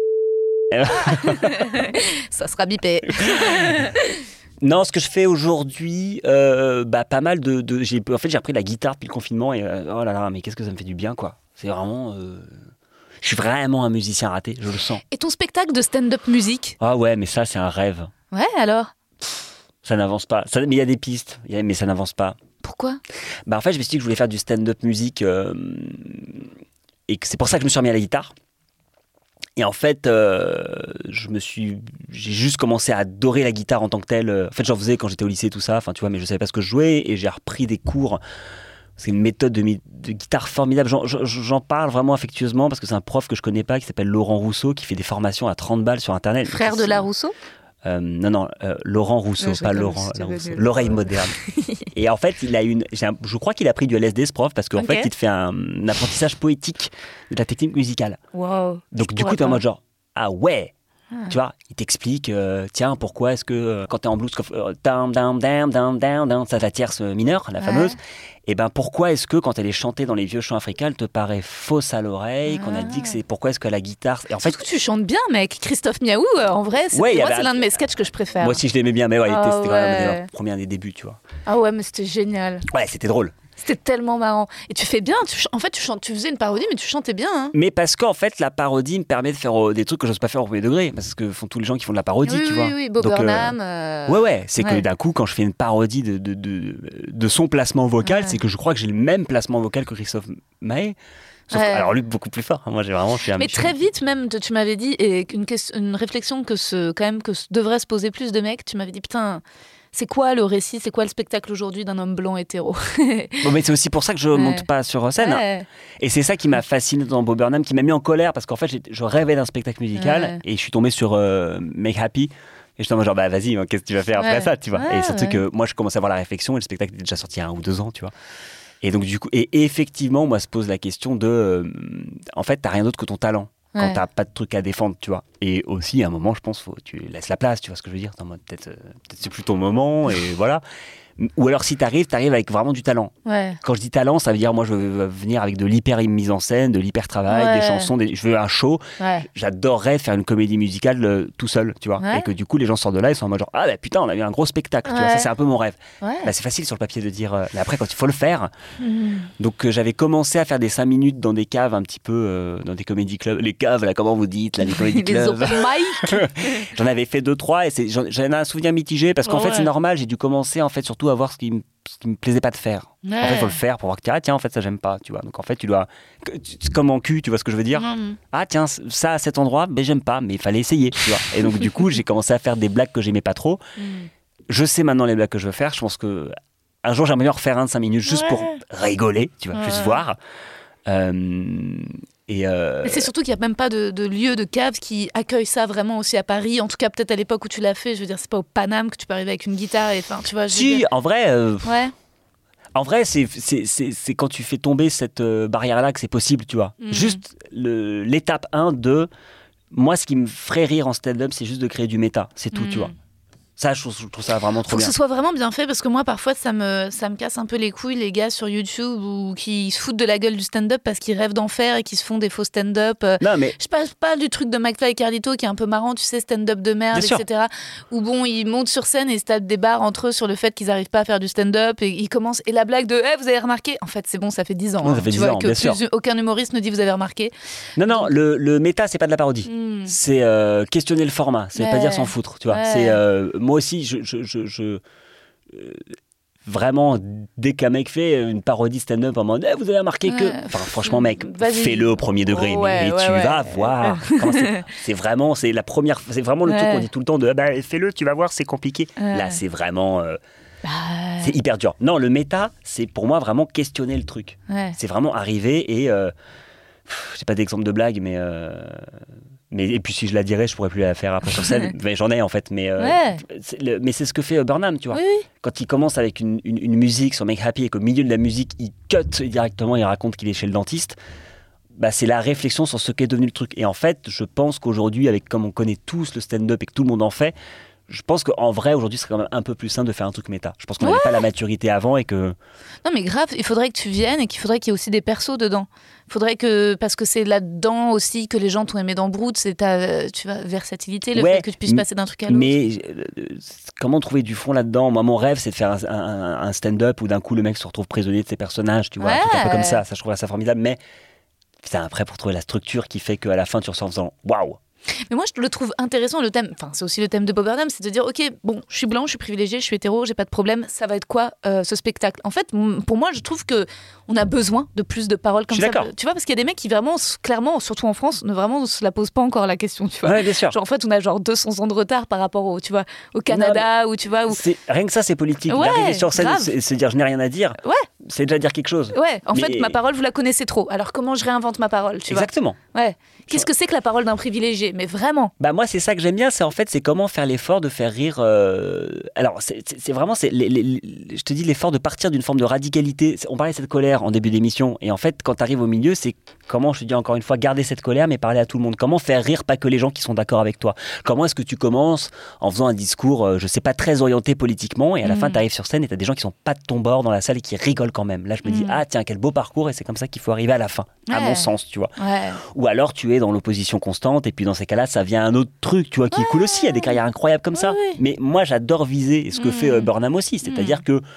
Ça sera bipé. Non, ce que je fais aujourd'hui, pas mal j'ai repris la guitare depuis le confinement et oh là là, mais qu'est-ce que ça me fait du bien, quoi. C'est vraiment... Je suis vraiment un musicien raté, je le sens. Et ton spectacle de stand-up musique? Ah ouais, mais ça, c'est un rêve. Ouais, alors? Ça n'avance pas. Mais il y a des pistes, mais ça n'avance pas. Pourquoi? En fait, je me suis dit que je voulais faire du stand-up musique et que c'est pour ça que je me suis remis à la guitare. Et en fait, j'ai juste commencé à adorer la guitare en tant que telle. En fait, j'en faisais quand j'étais au lycée, tout ça, tu vois, mais je savais pas ce que je jouais et j'ai repris des cours. C'est une méthode de guitare formidable. J'en parle vraiment affectueusement parce que c'est un prof que je connais pas qui s'appelle Laurent Rousseau qui fait des formations à 30 balles sur Internet. Frère de la Rousseau? Non, Laurent Rousseau, pas Laurent. L'oreille moderne. Et en fait, je crois qu'il a pris du LSD, ce prof, parce qu'en fait, il te fait un apprentissage poétique de la technique musicale. Wow. Donc du coup, tu es en mode genre, ah ouais. Tu vois, il t'explique, tiens, pourquoi est-ce que quand t'es en blues, down, down, down, down, down, down, ça la tierce mineure, la fameuse, et pourquoi est-ce que quand elle est chantée dans les vieux chants africains, elle te paraît fausse à l'oreille, qu'on a dit que pourquoi est-ce que la guitare... Et en fait, tu chantes bien, mec. Christophe Miaou, en vrai, c'est l'un de mes sketchs que je préfère. Moi aussi, je l'aimais bien, mais c'était quand même le premier des débuts, tu vois. Ah ouais, mais c'était génial. Ouais, c'était drôle. C'était tellement marrant. Et tu fais bien. En fait, tu faisais une parodie, mais tu chantais bien. Hein. Mais parce qu'en fait, la parodie me permet de faire des trucs que j'ose pas faire au premier degré. Parce que font tous les gens qui font de la parodie, tu vois. Oui, Bob Burnham. Ouais. C'est que d'un coup, quand je fais une parodie de son placement vocal, c'est que je crois que j'ai le même placement vocal que Christophe Maé. Alors lui, beaucoup plus fort. Moi, je suis un... Mais très vite, même, tu m'avais dit, et une réflexion que devrait se poser plus de mecs, tu m'avais dit, putain, c'est quoi le récit, c'est quoi le spectacle aujourd'hui d'un homme blanc hétéro? Bon, mais c'est aussi pour ça que je monte pas sur scène. Ouais. Et c'est ça qui m'a fasciné dans Bob Burnham, qui m'a mis en colère, parce qu'en fait, je rêvais d'un spectacle musical, et je suis tombé sur Make Happy. Et j'étais en mode genre, bah vas-y, qu'est-ce que tu vas faire après ça, tu vois. Et surtout que moi, je commençais à avoir la réflexion, et le spectacle était déjà sorti il y a 1 ou 2 ans, tu vois. Et donc, du coup, et effectivement, moi, se pose la question de. En fait, t'as rien d'autre que ton talent. Quand t'as pas de truc à défendre, tu vois. Et aussi, à un moment, je pense, tu laisses la place, tu vois ce que je veux dire. T'es en mode, peut-être c'est plus ton moment, et voilà. Ou alors, si t'arrives avec vraiment du talent. Ouais. Quand je dis talent, ça veut dire, moi, je veux venir avec de l'hyper mise en scène, de l'hyper travail, des chansons, je veux un show. Ouais. J'adorerais faire une comédie musicale tout seul, tu vois. Et que du coup, les gens sortent de là, ils sont en mode genre, ah bah putain, on a eu un gros spectacle, tu vois. Ça, c'est un peu mon rêve. Bah, c'est facile sur le papier de dire, mais après, quand il faut le faire. Donc, j'avais commencé à faire des 5 minutes dans des caves un petit peu, dans des comédie clubs. Les caves, là, comment vous dites, là, les comédie clubs. Les open mic. J'en avais fait 2-3 et j'en ai un souvenir mitigé parce qu'en fait, c'est normal, j'ai dû commencer, en fait, surtout à voir ce qui me plaisait pas de faire. En fait, il faut le faire pour voir que tiens, en fait, ça, j'aime pas, tu vois. Donc, en fait, tu dois... Comme en cul, tu vois ce que je veux dire ? Ah, tiens, ça, à cet endroit, ben, j'aime pas, mais il fallait essayer, tu vois. Et donc, du coup, j'ai commencé à faire des blagues que j'aimais pas trop. Je sais maintenant les blagues que je veux faire. Je pense que un jour, j'aimerais bien refaire un de 5 minutes juste pour rigoler, tu vois, juste voir. Mais c'est surtout qu'il n'y a même pas de lieu de cave qui accueille ça vraiment aussi à Paris. En tout cas, peut-être à l'époque où tu l'as fait. Je veux dire, c'est pas au Paname que tu peux arriver avec une guitare. Tu vois, en vrai. En vrai, c'est quand tu fais tomber cette barrière-là que c'est possible, tu vois. Juste l'étape 1 de... Moi, ce qui me ferait rire en stand-up, c'est juste de créer du méta. C'est tout, tu vois. Ça, je trouve ça vraiment trop bien. Faut que ce soit vraiment bien fait parce que moi, parfois, ça me casse un peu les couilles, les gars sur YouTube ou qui se foutent de la gueule du stand-up parce qu'ils rêvent d'en faire et qui se font des faux stand-up. Non, mais... Je parle pas du truc de McFly et Carlito qui est un peu marrant, tu sais, stand-up de merde, etc. Où bon, ils montent sur scène et ils se tapent des barres entre eux sur le fait qu'ils n'arrivent pas à faire du stand-up et ils commencent. Et la blague de vous avez remarqué ? En fait, c'est bon, ça fait 10 ans. Ça fait 10 ans, bien sûr. Aucun humoriste ne dit vous avez remarqué. Non, le méta, c'est pas de la parodie. C'est questionner le format. C'est pas dire s'en foutre, tu vois. C'est moi aussi, vraiment, dès qu'un mec fait une parodie stand-up en mode vous avez remarqué que... Enfin, franchement, mec, fais-le au premier degré, mais tu vas voir. C'est vraiment le truc qu'on dit tout le temps de fais-le, tu vas voir, c'est compliqué. Là, c'est vraiment... c'est hyper dur. Non, le méta, c'est pour moi vraiment questionner le truc. C'est vraiment arriver et... j'ai pas d'exemple de blague, mais et puis si je la dirais, je pourrais plus la faire après sur scène. J'en ai en fait, mais c'est ce que fait Burnham, tu vois. Quand il commence avec une musique sur Make Happy et qu'au milieu de la musique, il cut directement, il raconte qu'il est chez le dentiste. Bah, c'est la réflexion sur ce qu'est devenu le truc. Et en fait, je pense qu'aujourd'hui, comme on connaît tous le stand-up et que tout le monde en fait, je pense qu'en vrai, aujourd'hui, ce serait quand même un peu plus simple de faire un truc méta. Je pense qu'on n'avait pas la maturité avant et que... Non, mais grave, il faudrait que tu viennes et qu'il faudrait qu'il y ait aussi des persos dedans. Parce que c'est là-dedans aussi que les gens t'ont aimé dans Brut, c'est ta versatilité, le fait que tu puisses passer d'un truc à l'autre. Mais comment trouver du fond là-dedans ? Moi, mon rêve, c'est de faire un stand-up où d'un coup, le mec se retrouve prisonnier de ses personnages, tu vois, un truc un peu comme ça. Ça, je trouverais ça formidable. Mais c'est après pour trouver la structure qui fait qu'à la fin, tu ressors en faisant « waouh ». Mais moi, je le trouve intéressant, le thème. Enfin, c'est aussi le thème de Bob Burnham, c'est de dire, ok, bon, je suis blanc, je suis privilégié, je suis hétéro, j'ai pas de problème. Ça va être quoi ce spectacle ? En fait, pour moi, je trouve que on a besoin de plus de paroles comme ça. Tu vois, parce qu'il y a des mecs qui vraiment, clairement, surtout en France, ne vraiment se la posent pas encore la question. Tu vois. Ouais, bien sûr. Genre, en fait, on a genre 200 ans de retard par rapport au Canada, ou tu vois. Rien que ça, c'est politique. D'arriver sur scène et se dire, je n'ai rien à dire. C'est déjà dire quelque chose. Ouais. En fait, ma parole, vous la connaissez trop. Alors comment je réinvente ma parole ? Exactement. Ouais. Qu'est-ce que c'est que la parole d'un privilégié ? Mais vraiment. Bah moi, c'est ça que j'aime bien. C'est comment faire l'effort de faire rire. Alors, c'est vraiment, je te dis, l'effort de partir d'une forme de radicalité. On parlait de cette colère en début d'émission, et en fait, quand tu arrives au milieu, c'est comment, je te dis encore une fois, garder cette colère, mais parler à tout le monde. Comment faire rire pas que les gens qui sont d'accord avec toi. Comment est-ce que tu commences en faisant un discours, je sais pas, très orienté politiquement, et à la fin, tu arrives sur scène et tu as des gens qui sont pas de ton bord dans la salle et qui rigolent quand même. Là, je me dis, tiens, quel beau parcours, et c'est comme ça qu'il faut arriver à la fin, à mon sens, tu vois. Ou alors, tu es dans l'opposition constante, et puis dans ces cas-là, ça vient un autre truc, tu vois, qui est cool aussi. Il y a des carrières incroyables comme ça. Mais moi, j'adore viser ce que fait Burnham aussi. C'est-à-dire que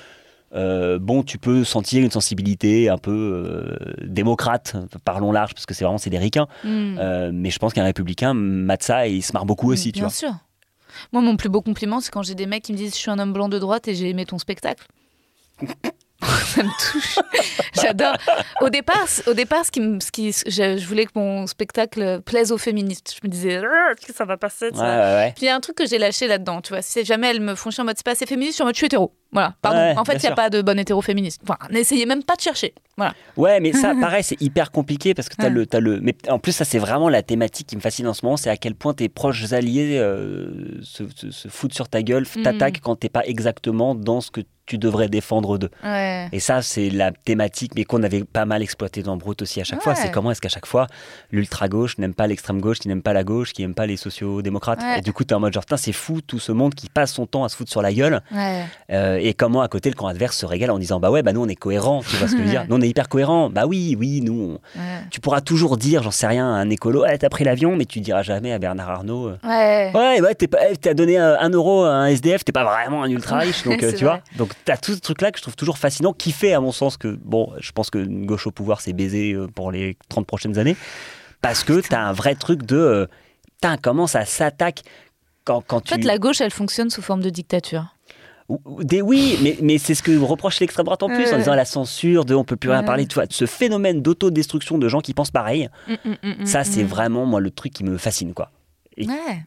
bon, tu peux sentir une sensibilité un peu démocrate, parlons large, parce que c'est des ricains. Mais je pense qu'un républicain mate ça et il se marre beaucoup aussi, tu vois. Bien sûr. Moi, mon plus beau compliment, c'est quand j'ai des mecs qui me disent « Je suis un homme blanc de droite et j'ai aimé ton spectacle. » Ça me touche. J'adore. Au départ, je voulais que mon spectacle plaise aux féministes. Je me disais, ça va passer. Ouais. Puis il y a un truc que j'ai lâché là-dedans. Tu vois, si jamais elles me font chier en mode c'est pas assez féministe, je suis en mode je suis hétéro. Voilà. Pardon. Ouais, en fait, il n'y a sûr. pas de bonne hétéro féministe. Enfin, n'essayez même pas de chercher. Voilà. Ouais, mais ça, pareil, c'est hyper compliqué parce que t'as le. Mais en plus, ça, c'est vraiment la thématique qui me fascine en ce moment. C'est à quel point tes proches alliés se foutent sur ta gueule, t'attaquent quand t'es pas exactement dans ce que tu devrais défendre d'eux. Ouais. Et ça, c'est la thématique, mais qu'on avait pas mal exploité dans Brut aussi à chaque fois. C'est comment est-ce qu'à chaque fois, l'ultra-gauche n'aime pas l'extrême-gauche, qui n'aime pas la gauche, qui n'aime pas les sociaux-démocrates. Ouais. Et du coup, t'es en mode genre, putain, c'est fou tout ce monde qui passe son temps à se foutre sur la gueule. Ouais. Et comment à côté, le camp adverse se régale en disant, bah ouais, bah nous, on est cohérents. Tu vois ce que je veux dire? Nous, on est hyper cohérents. Bah oui, nous, tu pourras toujours dire, j'en sais rien, à un écolo, t'as pris l'avion, mais tu diras jamais à Bernard Arnault. Ouais, t'as donné 1 euro à un SDF, t'es pas vraiment un ultra riche. Donc, tu vois. Donc, t'as tout ce truc-là que je trouve toujours fascinant, qui fait, à mon sens, que, bon, je pense qu'une gauche au pouvoir, c'est baiser pour les 30 prochaines années. Parce que t'as un vrai truc de. Comment ça s'attaque quand tu. En fait, la gauche, elle fonctionne sous forme de dictature. Oui, mais c'est ce que reproche l'extrême droite en plus, en disant la censure, on peut plus rien parler. Tu vois, ce phénomène d'autodestruction de gens qui pensent pareil, ça, c'est vraiment, moi, le truc qui me fascine, quoi. Et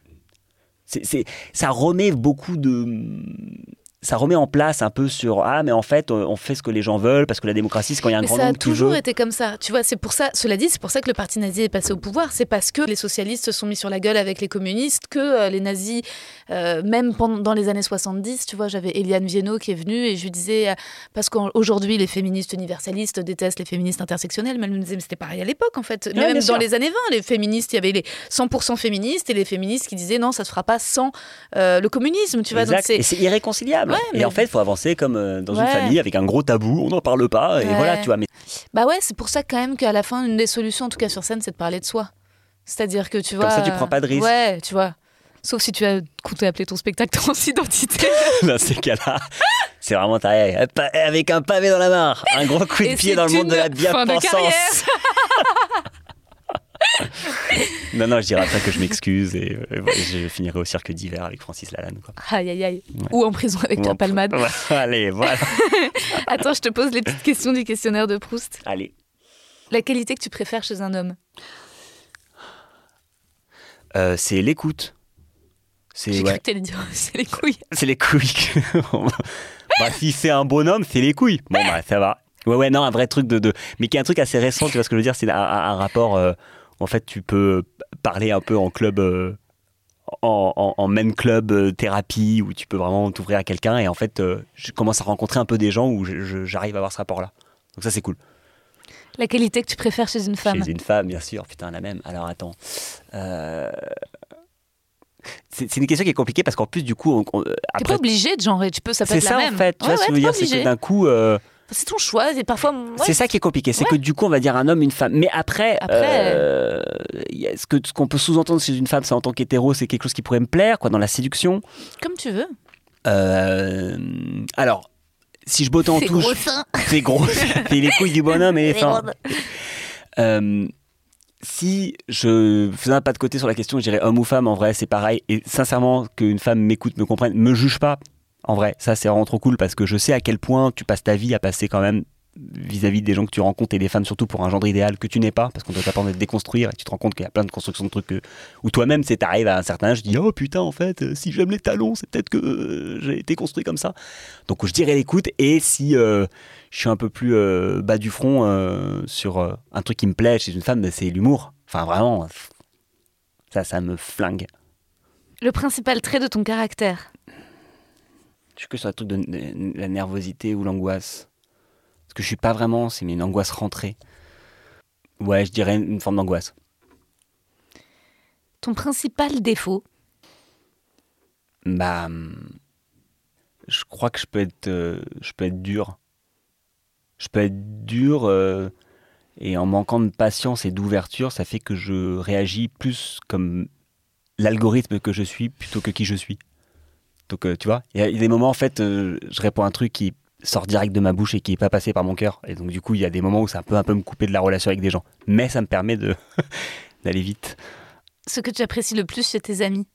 ça remet beaucoup de. Ça remet en place un peu sur mais en fait on fait ce que les gens veulent parce que la démocratie c'est quand il y a un grand nombre qui veut. Ça a toujours été comme ça, tu vois, c'est pour ça, cela dit, c'est pour ça que le parti nazi est passé au pouvoir, c'est parce que les socialistes se sont mis sur la gueule avec les communistes que les nazis, même dans les années 70, tu vois, j'avais Eliane Viennot qui est venue et je lui disais, parce qu'aujourd'hui les féministes universalistes détestent les féministes intersectionnelles, mais elle me disait, mais c'était pareil à l'époque en fait, même dans les années 20, les féministes, il y avait les 100% féministes et les féministes qui disaient non, ça se fera pas sans le communisme, tu vois. Exact. Donc et c'est irréconciliable. Et en fait, il faut avancer comme dans une famille avec un gros tabou, on n'en parle pas, et voilà, tu vois. Mais... Bah ouais, c'est pour ça quand même qu'à la fin, une des solutions, en tout cas sur scène, c'est de parler de soi. C'est-à-dire que tu vois... Comme ça, tu prends pas de risque. Ouais, tu vois. Sauf si tu as compté appeler ton spectacle transidentité. Dans ces cas-là, c'est vraiment avec un pavé dans la mare, un gros coup de pied dans le monde de la bien-pensance. Non, je dirais après que je m'excuse et je finirai au cirque d'hiver avec Francis Lalanne. Quoi. Aïe. Ouais. Ou en prison avec ta palmade. Allez, voilà. Attends, je te pose les petites questions du questionnaire de Proust. Allez. La qualité que tu préfères chez un homme? C'est l'écoute. J'ai cru que t'allais dire, c'est les couilles. C'est les couilles. Si c'est un bonhomme, c'est les couilles. Bon, ça va. Ouais, non, un vrai truc mais qui est un truc assez récent, tu vois ce que je veux dire, c'est un rapport en fait tu peux parler un peu en club en men club thérapie où tu peux vraiment t'ouvrir à quelqu'un et en fait je commence à rencontrer un peu des gens où j'arrive à avoir ce rapport là, donc ça c'est cool. La qualité que tu préfères chez une femme? Chez une femme, bien sûr, putain, la même. Alors attends, c'est une question qui est compliquée parce qu'en plus du coup t'es pas obligé de genrer, ça peut être la même. C'est ça en fait, tu vois ce que je veux dire, c'est que d'un coup c'est ton choix, et parfois... C'est ça qui est compliqué, c'est que du coup on va dire un homme, une femme. Mais après ce qu'on peut sous-entendre chez une femme, c'est en tant qu'hétéro, c'est quelque chose qui pourrait me plaire, quoi, dans la séduction. Comme tu veux. Alors, si je botte en touche... C'est gros c'est les couilles du bonhomme et les seins. Si je faisais un pas de côté sur la question, je dirais homme ou femme, en vrai c'est pareil. Et sincèrement, qu'une femme m'écoute, me comprenne, me juge pas. En vrai, ça c'est vraiment trop cool parce que je sais à quel point tu passes ta vie à passer quand même vis-à-vis des gens que tu rencontres et des femmes surtout pour un genre idéal que tu n'es pas, parce qu'on doit t'apprendre à te déconstruire et tu te rends compte qu'il y a plein de constructions de trucs où toi-même t'arrives à un certain âge, tu dis oh putain en fait si j'aime les talons c'est peut-être que j'ai été construit comme ça. Donc je dirais l'écoute, et si je suis un peu plus bas du front sur un truc qui me plaît chez une femme, c'est l'humour. Enfin vraiment, ça me flingue. Le principal trait de ton caractère? Je suis que sur le truc de la nervosité ou l'angoisse. Parce que je suis pas vraiment, c'est une angoisse rentrée. Ouais, je dirais une forme d'angoisse. Ton principal défaut? Je crois que je peux être dur. Je peux être dur et en manquant de patience et d'ouverture, ça fait que je réagis plus comme l'algorithme que je suis plutôt que qui je suis. Donc tu vois, il y a des moments en fait, je réponds à un truc qui sort direct de ma bouche et qui n'est pas passé par mon cœur. Et donc du coup, il y a des moments où ça peut un peu me couper de la relation avec des gens. Mais ça me permet d'aller vite. Ce que tu apprécies le plus chez tes amis?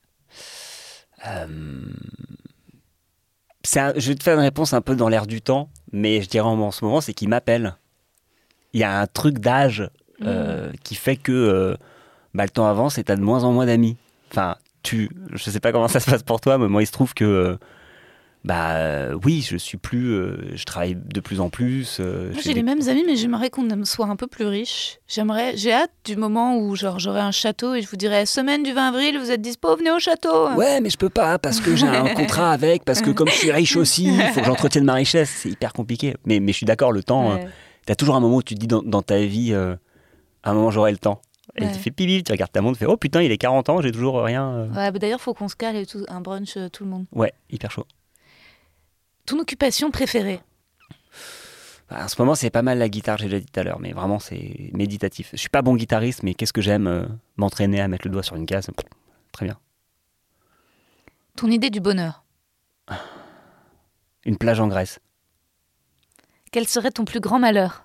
Je vais te faire une réponse un peu dans l'air du temps, mais je dirais en ce moment, c'est qu'ils m'appellent. Il y a un truc d'âge qui fait que le temps avance et tu as de moins en moins d'amis. Enfin, je sais pas comment ça se passe pour toi, mais moi, il se trouve que oui, je travaille de plus en plus. Moi, j'ai les mêmes amis, mais j'aimerais qu'on soit un peu plus riche. J'ai hâte du moment où j'aurai un château et je vous dirais semaine du 20 avril, vous êtes dispo, venez au château. Ouais, mais je peux pas parce que j'ai un contrat avec, parce que comme je suis riche aussi, il faut que j'entretienne ma richesse. C'est hyper compliqué. Mais je suis d'accord, le temps, t'as toujours un moment où tu te dis dans ta vie, à un moment j'aurai le temps. Et tu fais pipi, tu regardes ta montre, tu fais oh putain, il est 40 ans, j'ai toujours rien. Ouais, d'ailleurs, faut qu'on se cale et tout, un brunch, tout le monde. Ouais, hyper chaud. Ton occupation préférée? En ce moment, c'est pas mal la guitare, j'ai déjà dit tout à l'heure, mais vraiment, c'est méditatif. Je suis pas bon guitariste, mais qu'est-ce que j'aime m'entraîner à mettre le doigt sur une case. Très bien. Ton idée du bonheur? Une plage en Grèce. Quel serait ton plus grand malheur?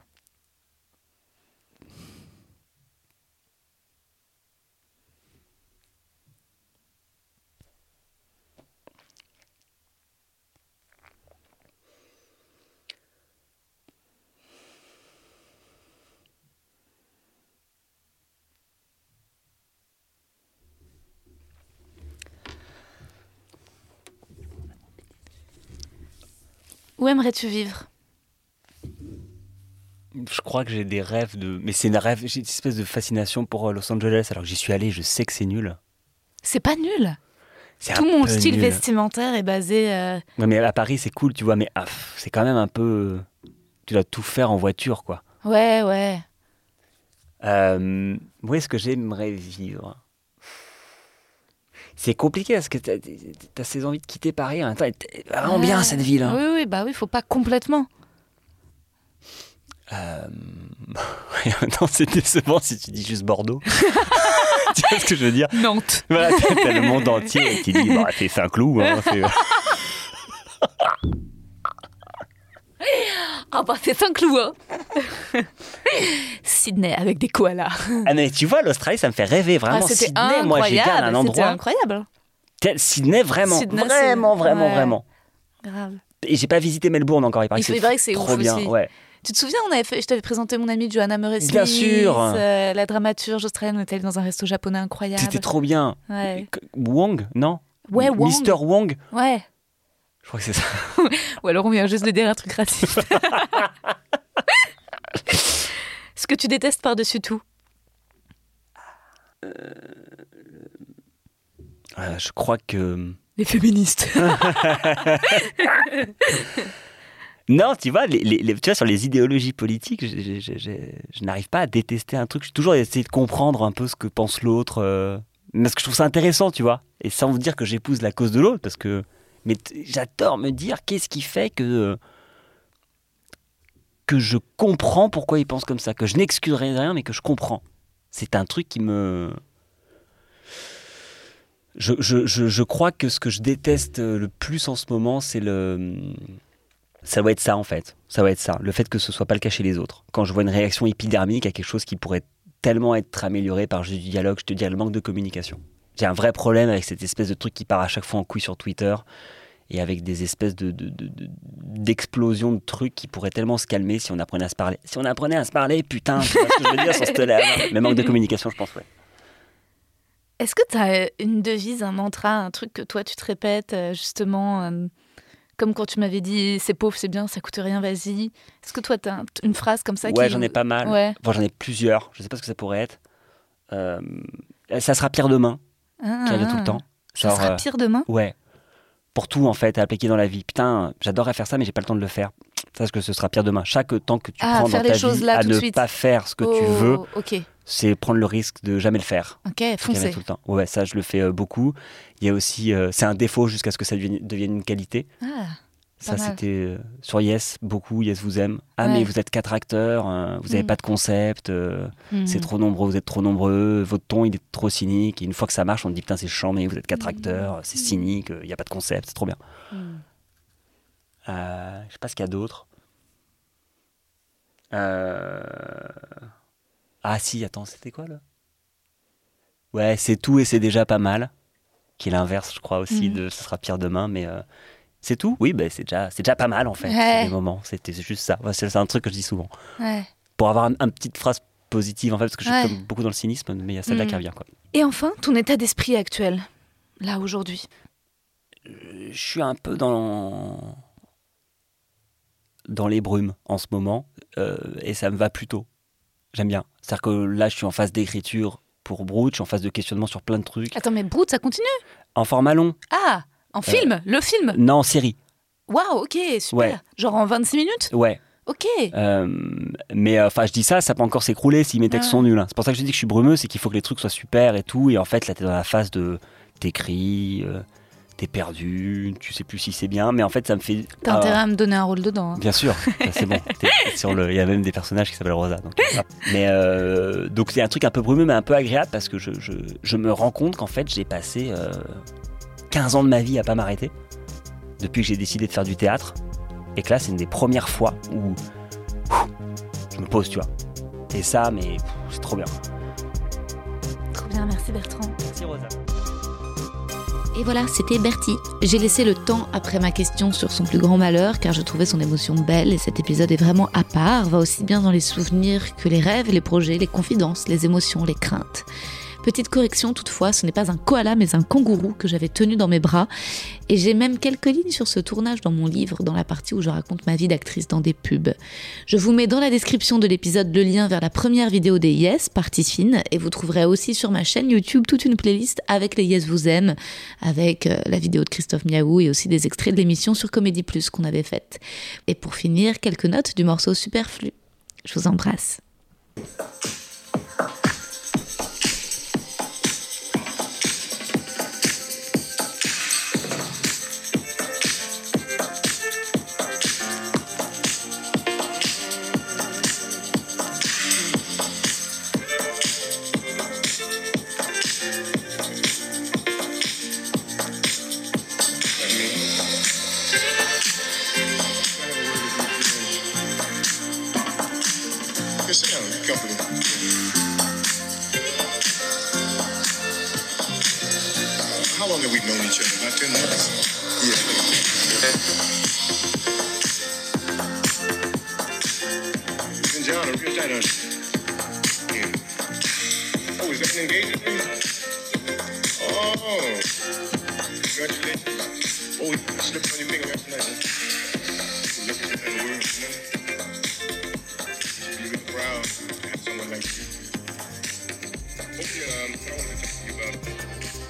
Où aimerais-tu vivre? Je crois que j'ai des rêves mais c'est j'ai une espèce de fascination pour Los Angeles, alors que j'y suis allé, je sais que c'est nul. C'est pas nul. C'est Tout mon style nul. vestimentaire est basé... Ouais, mais à Paris, c'est cool, tu vois, mais c'est quand même un peu... Tu dois tout faire en voiture, quoi. Ouais. Où est-ce que j'aimerais vivre? C'est compliqué parce que t'as ces envies de quitter Paris en même temps. Elle est vraiment bien cette ville. Hein. Oui, faut pas complètement. Non, c'est décevant si tu dis juste Bordeaux. Tu vois ce que je veux dire? Nantes. Voilà, t'as le monde entier et tu dis, c'est Saint-Cloud. Hein, c'est Saint-Cloud. Sydney avec des koalas. Ah mais tu vois, l'Australie, ça me fait rêver vraiment. C'était Sydney, incroyable. moi, j'ai un endroit. C'était incroyable. Sydney, vraiment, Sydney, vraiment. Grave. Et j'ai pas visité Melbourne encore. Il paraît que c'est trop ouf bien. Aussi. Ouais. Tu te souviens, je t'avais présenté mon amie Joanna Murray-Smith. Bien sûr. La dramaturge australienne, on était allé dans un resto japonais incroyable. C'était trop bien. Ouais. Wong, non? Ouais, Wong. Mr. Wong. Ouais. Je crois que c'est ça. Ou alors on vient juste de dire un truc raciste. Ce que tu détestes par-dessus tout? Je crois que... Les féministes. Non, tu vois, tu vois, sur les idéologies politiques, je n'arrive pas à détester un truc. Je suis toujours essayé de comprendre un peu ce que pense l'autre. Parce que je trouve ça intéressant, tu vois. Et sans vous dire que j'épouse la cause de l'autre, parce que... Mais j'adore me dire qu'est-ce qui fait que je comprends pourquoi il pense comme ça, que je n'excuserai rien, mais que je comprends. C'est un truc qui me... Je crois que ce que je déteste le plus en ce moment, c'est ça doit être ça, en fait. Ça doit être ça. Le fait que ce soit pas le cas chez les autres. Quand je vois une réaction épidermique à quelque chose qui pourrait tellement être amélioré par juste du dialogue, je te dis, le manque de communication. J'ai un vrai problème avec cette espèce de truc qui part à chaque fois en couille sur Twitter et avec des espèces d'explosions de trucs qui pourraient tellement se calmer si on apprenait à se parler. Si on apprenait à se parler, putain, tu vois ce que je veux dire sur cette lèvre. Mais manque de communication, je pense, ouais. Est-ce que tu as une devise, un mantra, un truc que toi tu te répètes, justement, comme quand tu m'avais dit c'est pauvre, c'est bien, ça coûte rien, vas-y. Est-ce que toi tu as une phrase comme ça? Ouais, j'en ai pas mal. Ouais. Enfin, j'en ai plusieurs. Je sais pas ce que ça pourrait être. Ça sera pire demain. Qui revient tout le temps. Ça sera pire demain? Ouais. Pour tout, en fait, à appliquer dans la vie. Putain, j'adorerais faire ça, mais j'ai pas le temps de le faire. Sache que ce sera pire demain. Chaque temps que tu prends dans ta vie à ne pas faire ce que tu veux, c'est prendre le risque de jamais le faire. Ok, foncer. Tout le temps. Ouais, ça, je le fais beaucoup. Il y a aussi, c'est un défaut jusqu'à ce que ça devienne une qualité. Ça, c'était sur Yes, beaucoup. Yes vous aime. Ah, mais vous êtes 4 acteurs, vous n'avez pas de concept, c'est trop nombreux, vous êtes trop nombreux, votre ton, il est trop cynique. Et une fois que ça marche, on te dit, putain, c'est chiant, mais vous êtes 4 acteurs, c'est cynique, il n'y a pas de concept, c'est trop bien. Je sais pas ce qu'il y a d'autre. Ah si, attends, c'était quoi là? Ouais, c'est tout et c'est déjà pas mal. Qui est l'inverse, je crois aussi, de ce sera pire demain, mais c'est tout. Oui, c'est déjà pas mal en fait. C'est des moments, c'était juste ça. Ouais, c'est un truc que je dis souvent. Ouais. Pour avoir une petite phrase positive en fait, parce que je suis comme beaucoup dans le cynisme, mais il y a celle-là qui revient quoi. Et enfin, ton état d'esprit actuel, là aujourd'hui. Je suis un peu dans les brumes en ce moment, et ça me va plutôt. J'aime bien. C'est-à-dire que là, je suis en phase d'écriture pour Brut, je suis en phase de questionnement sur plein de trucs. Attends, mais Brut, ça continue? En format long. Ah, en film? Le film? Non, en série. Waouh, ok, super. Ouais. Genre en 26 minutes? Ouais. Ok. Mais enfin, je dis ça peut encore s'écrouler si mes textes sont nuls. Hein. C'est pour ça que je dis que je suis brumeux, c'est qu'il faut que les trucs soient super et tout. Et en fait, là, t'es dans la phase de t'écris, t'es perdu, tu sais plus si c'est bien. Mais en fait, ça me fait. T'as intérêt à me donner un rôle dedans. Hein. Bien sûr, c'est bon. Il y a même des personnages qui s'appellent Rosa. Donc, donc c'est un truc un peu brumeux, mais un peu agréable parce que je me rends compte qu'en fait, j'ai passé 15 ans de ma vie à pas m'arrêter depuis que j'ai décidé de faire du théâtre. Et que là, c'est une des premières fois où je me pose, tu vois. Et ça, mais c'est trop bien. Trop bien, merci Bertrand. Merci Rosa. Et voilà, c'était Bertie. J'ai laissé le temps après ma question sur son plus grand malheur, car je trouvais son émotion belle et cet épisode est vraiment à part, va aussi bien dans les souvenirs que les rêves, les projets, les confidences, les émotions, les craintes. Petite correction toutefois, ce n'est pas un koala mais un kangourou que j'avais tenu dans mes bras. Et j'ai même quelques lignes sur ce tournage dans mon livre, dans la partie où je raconte ma vie d'actrice dans des pubs. Je vous mets dans la description de l'épisode le lien vers la première vidéo des Yes, partie fine, et vous trouverez aussi sur ma chaîne YouTube toute une playlist avec les Yes vous aiment, avec la vidéo de Christophe Miaou et aussi des extraits de l'émission sur Comédie Plus qu'on avait faite. Et pour finir, quelques notes du morceau Superflu. Je vous embrasse. How long have we known each other? About 10 minutes? Yeah. And John, I'm just trying to... Yeah. Oh, is that an engagement ring? Oh. Congratulations. Oh, it slipped on your finger last night, huh? Look at that word, you know? You should be really proud to have someone like you. Okay, I want to talk to you about it.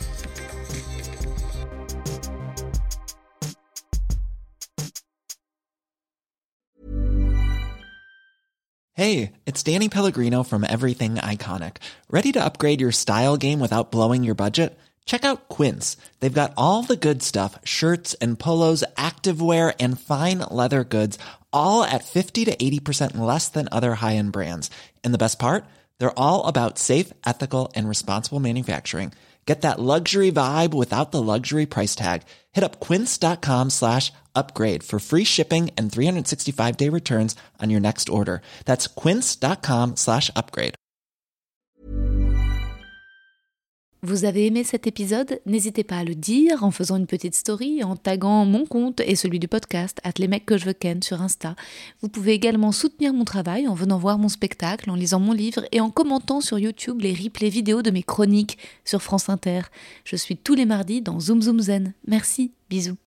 Hey, it's Danny Pellegrino from Everything Iconic. Ready to upgrade your style game without blowing your budget? Check out Quince. They've got all the good stuff, shirts and polos, activewear, and fine leather goods, all at 50 to 80% less than other high-end brands. And the best part? They're all about safe, ethical, and responsible manufacturing. Get that luxury vibe without the luxury price tag. Hit up quince.com/upgrade for free shipping and 365-day returns on your next order. That's quince.com/upgrade. Vous avez aimé cet épisode? N'hésitez pas à le dire en faisant une petite story, en taguant mon compte et celui du podcast @lesmecsquejeveusken sur Insta. Vous pouvez également soutenir mon travail en venant voir mon spectacle, en lisant mon livre et en commentant sur YouTube les replays vidéo de mes chroniques sur France Inter. Je suis tous les mardis dans Zoom Zoom Zen. Merci, bisous.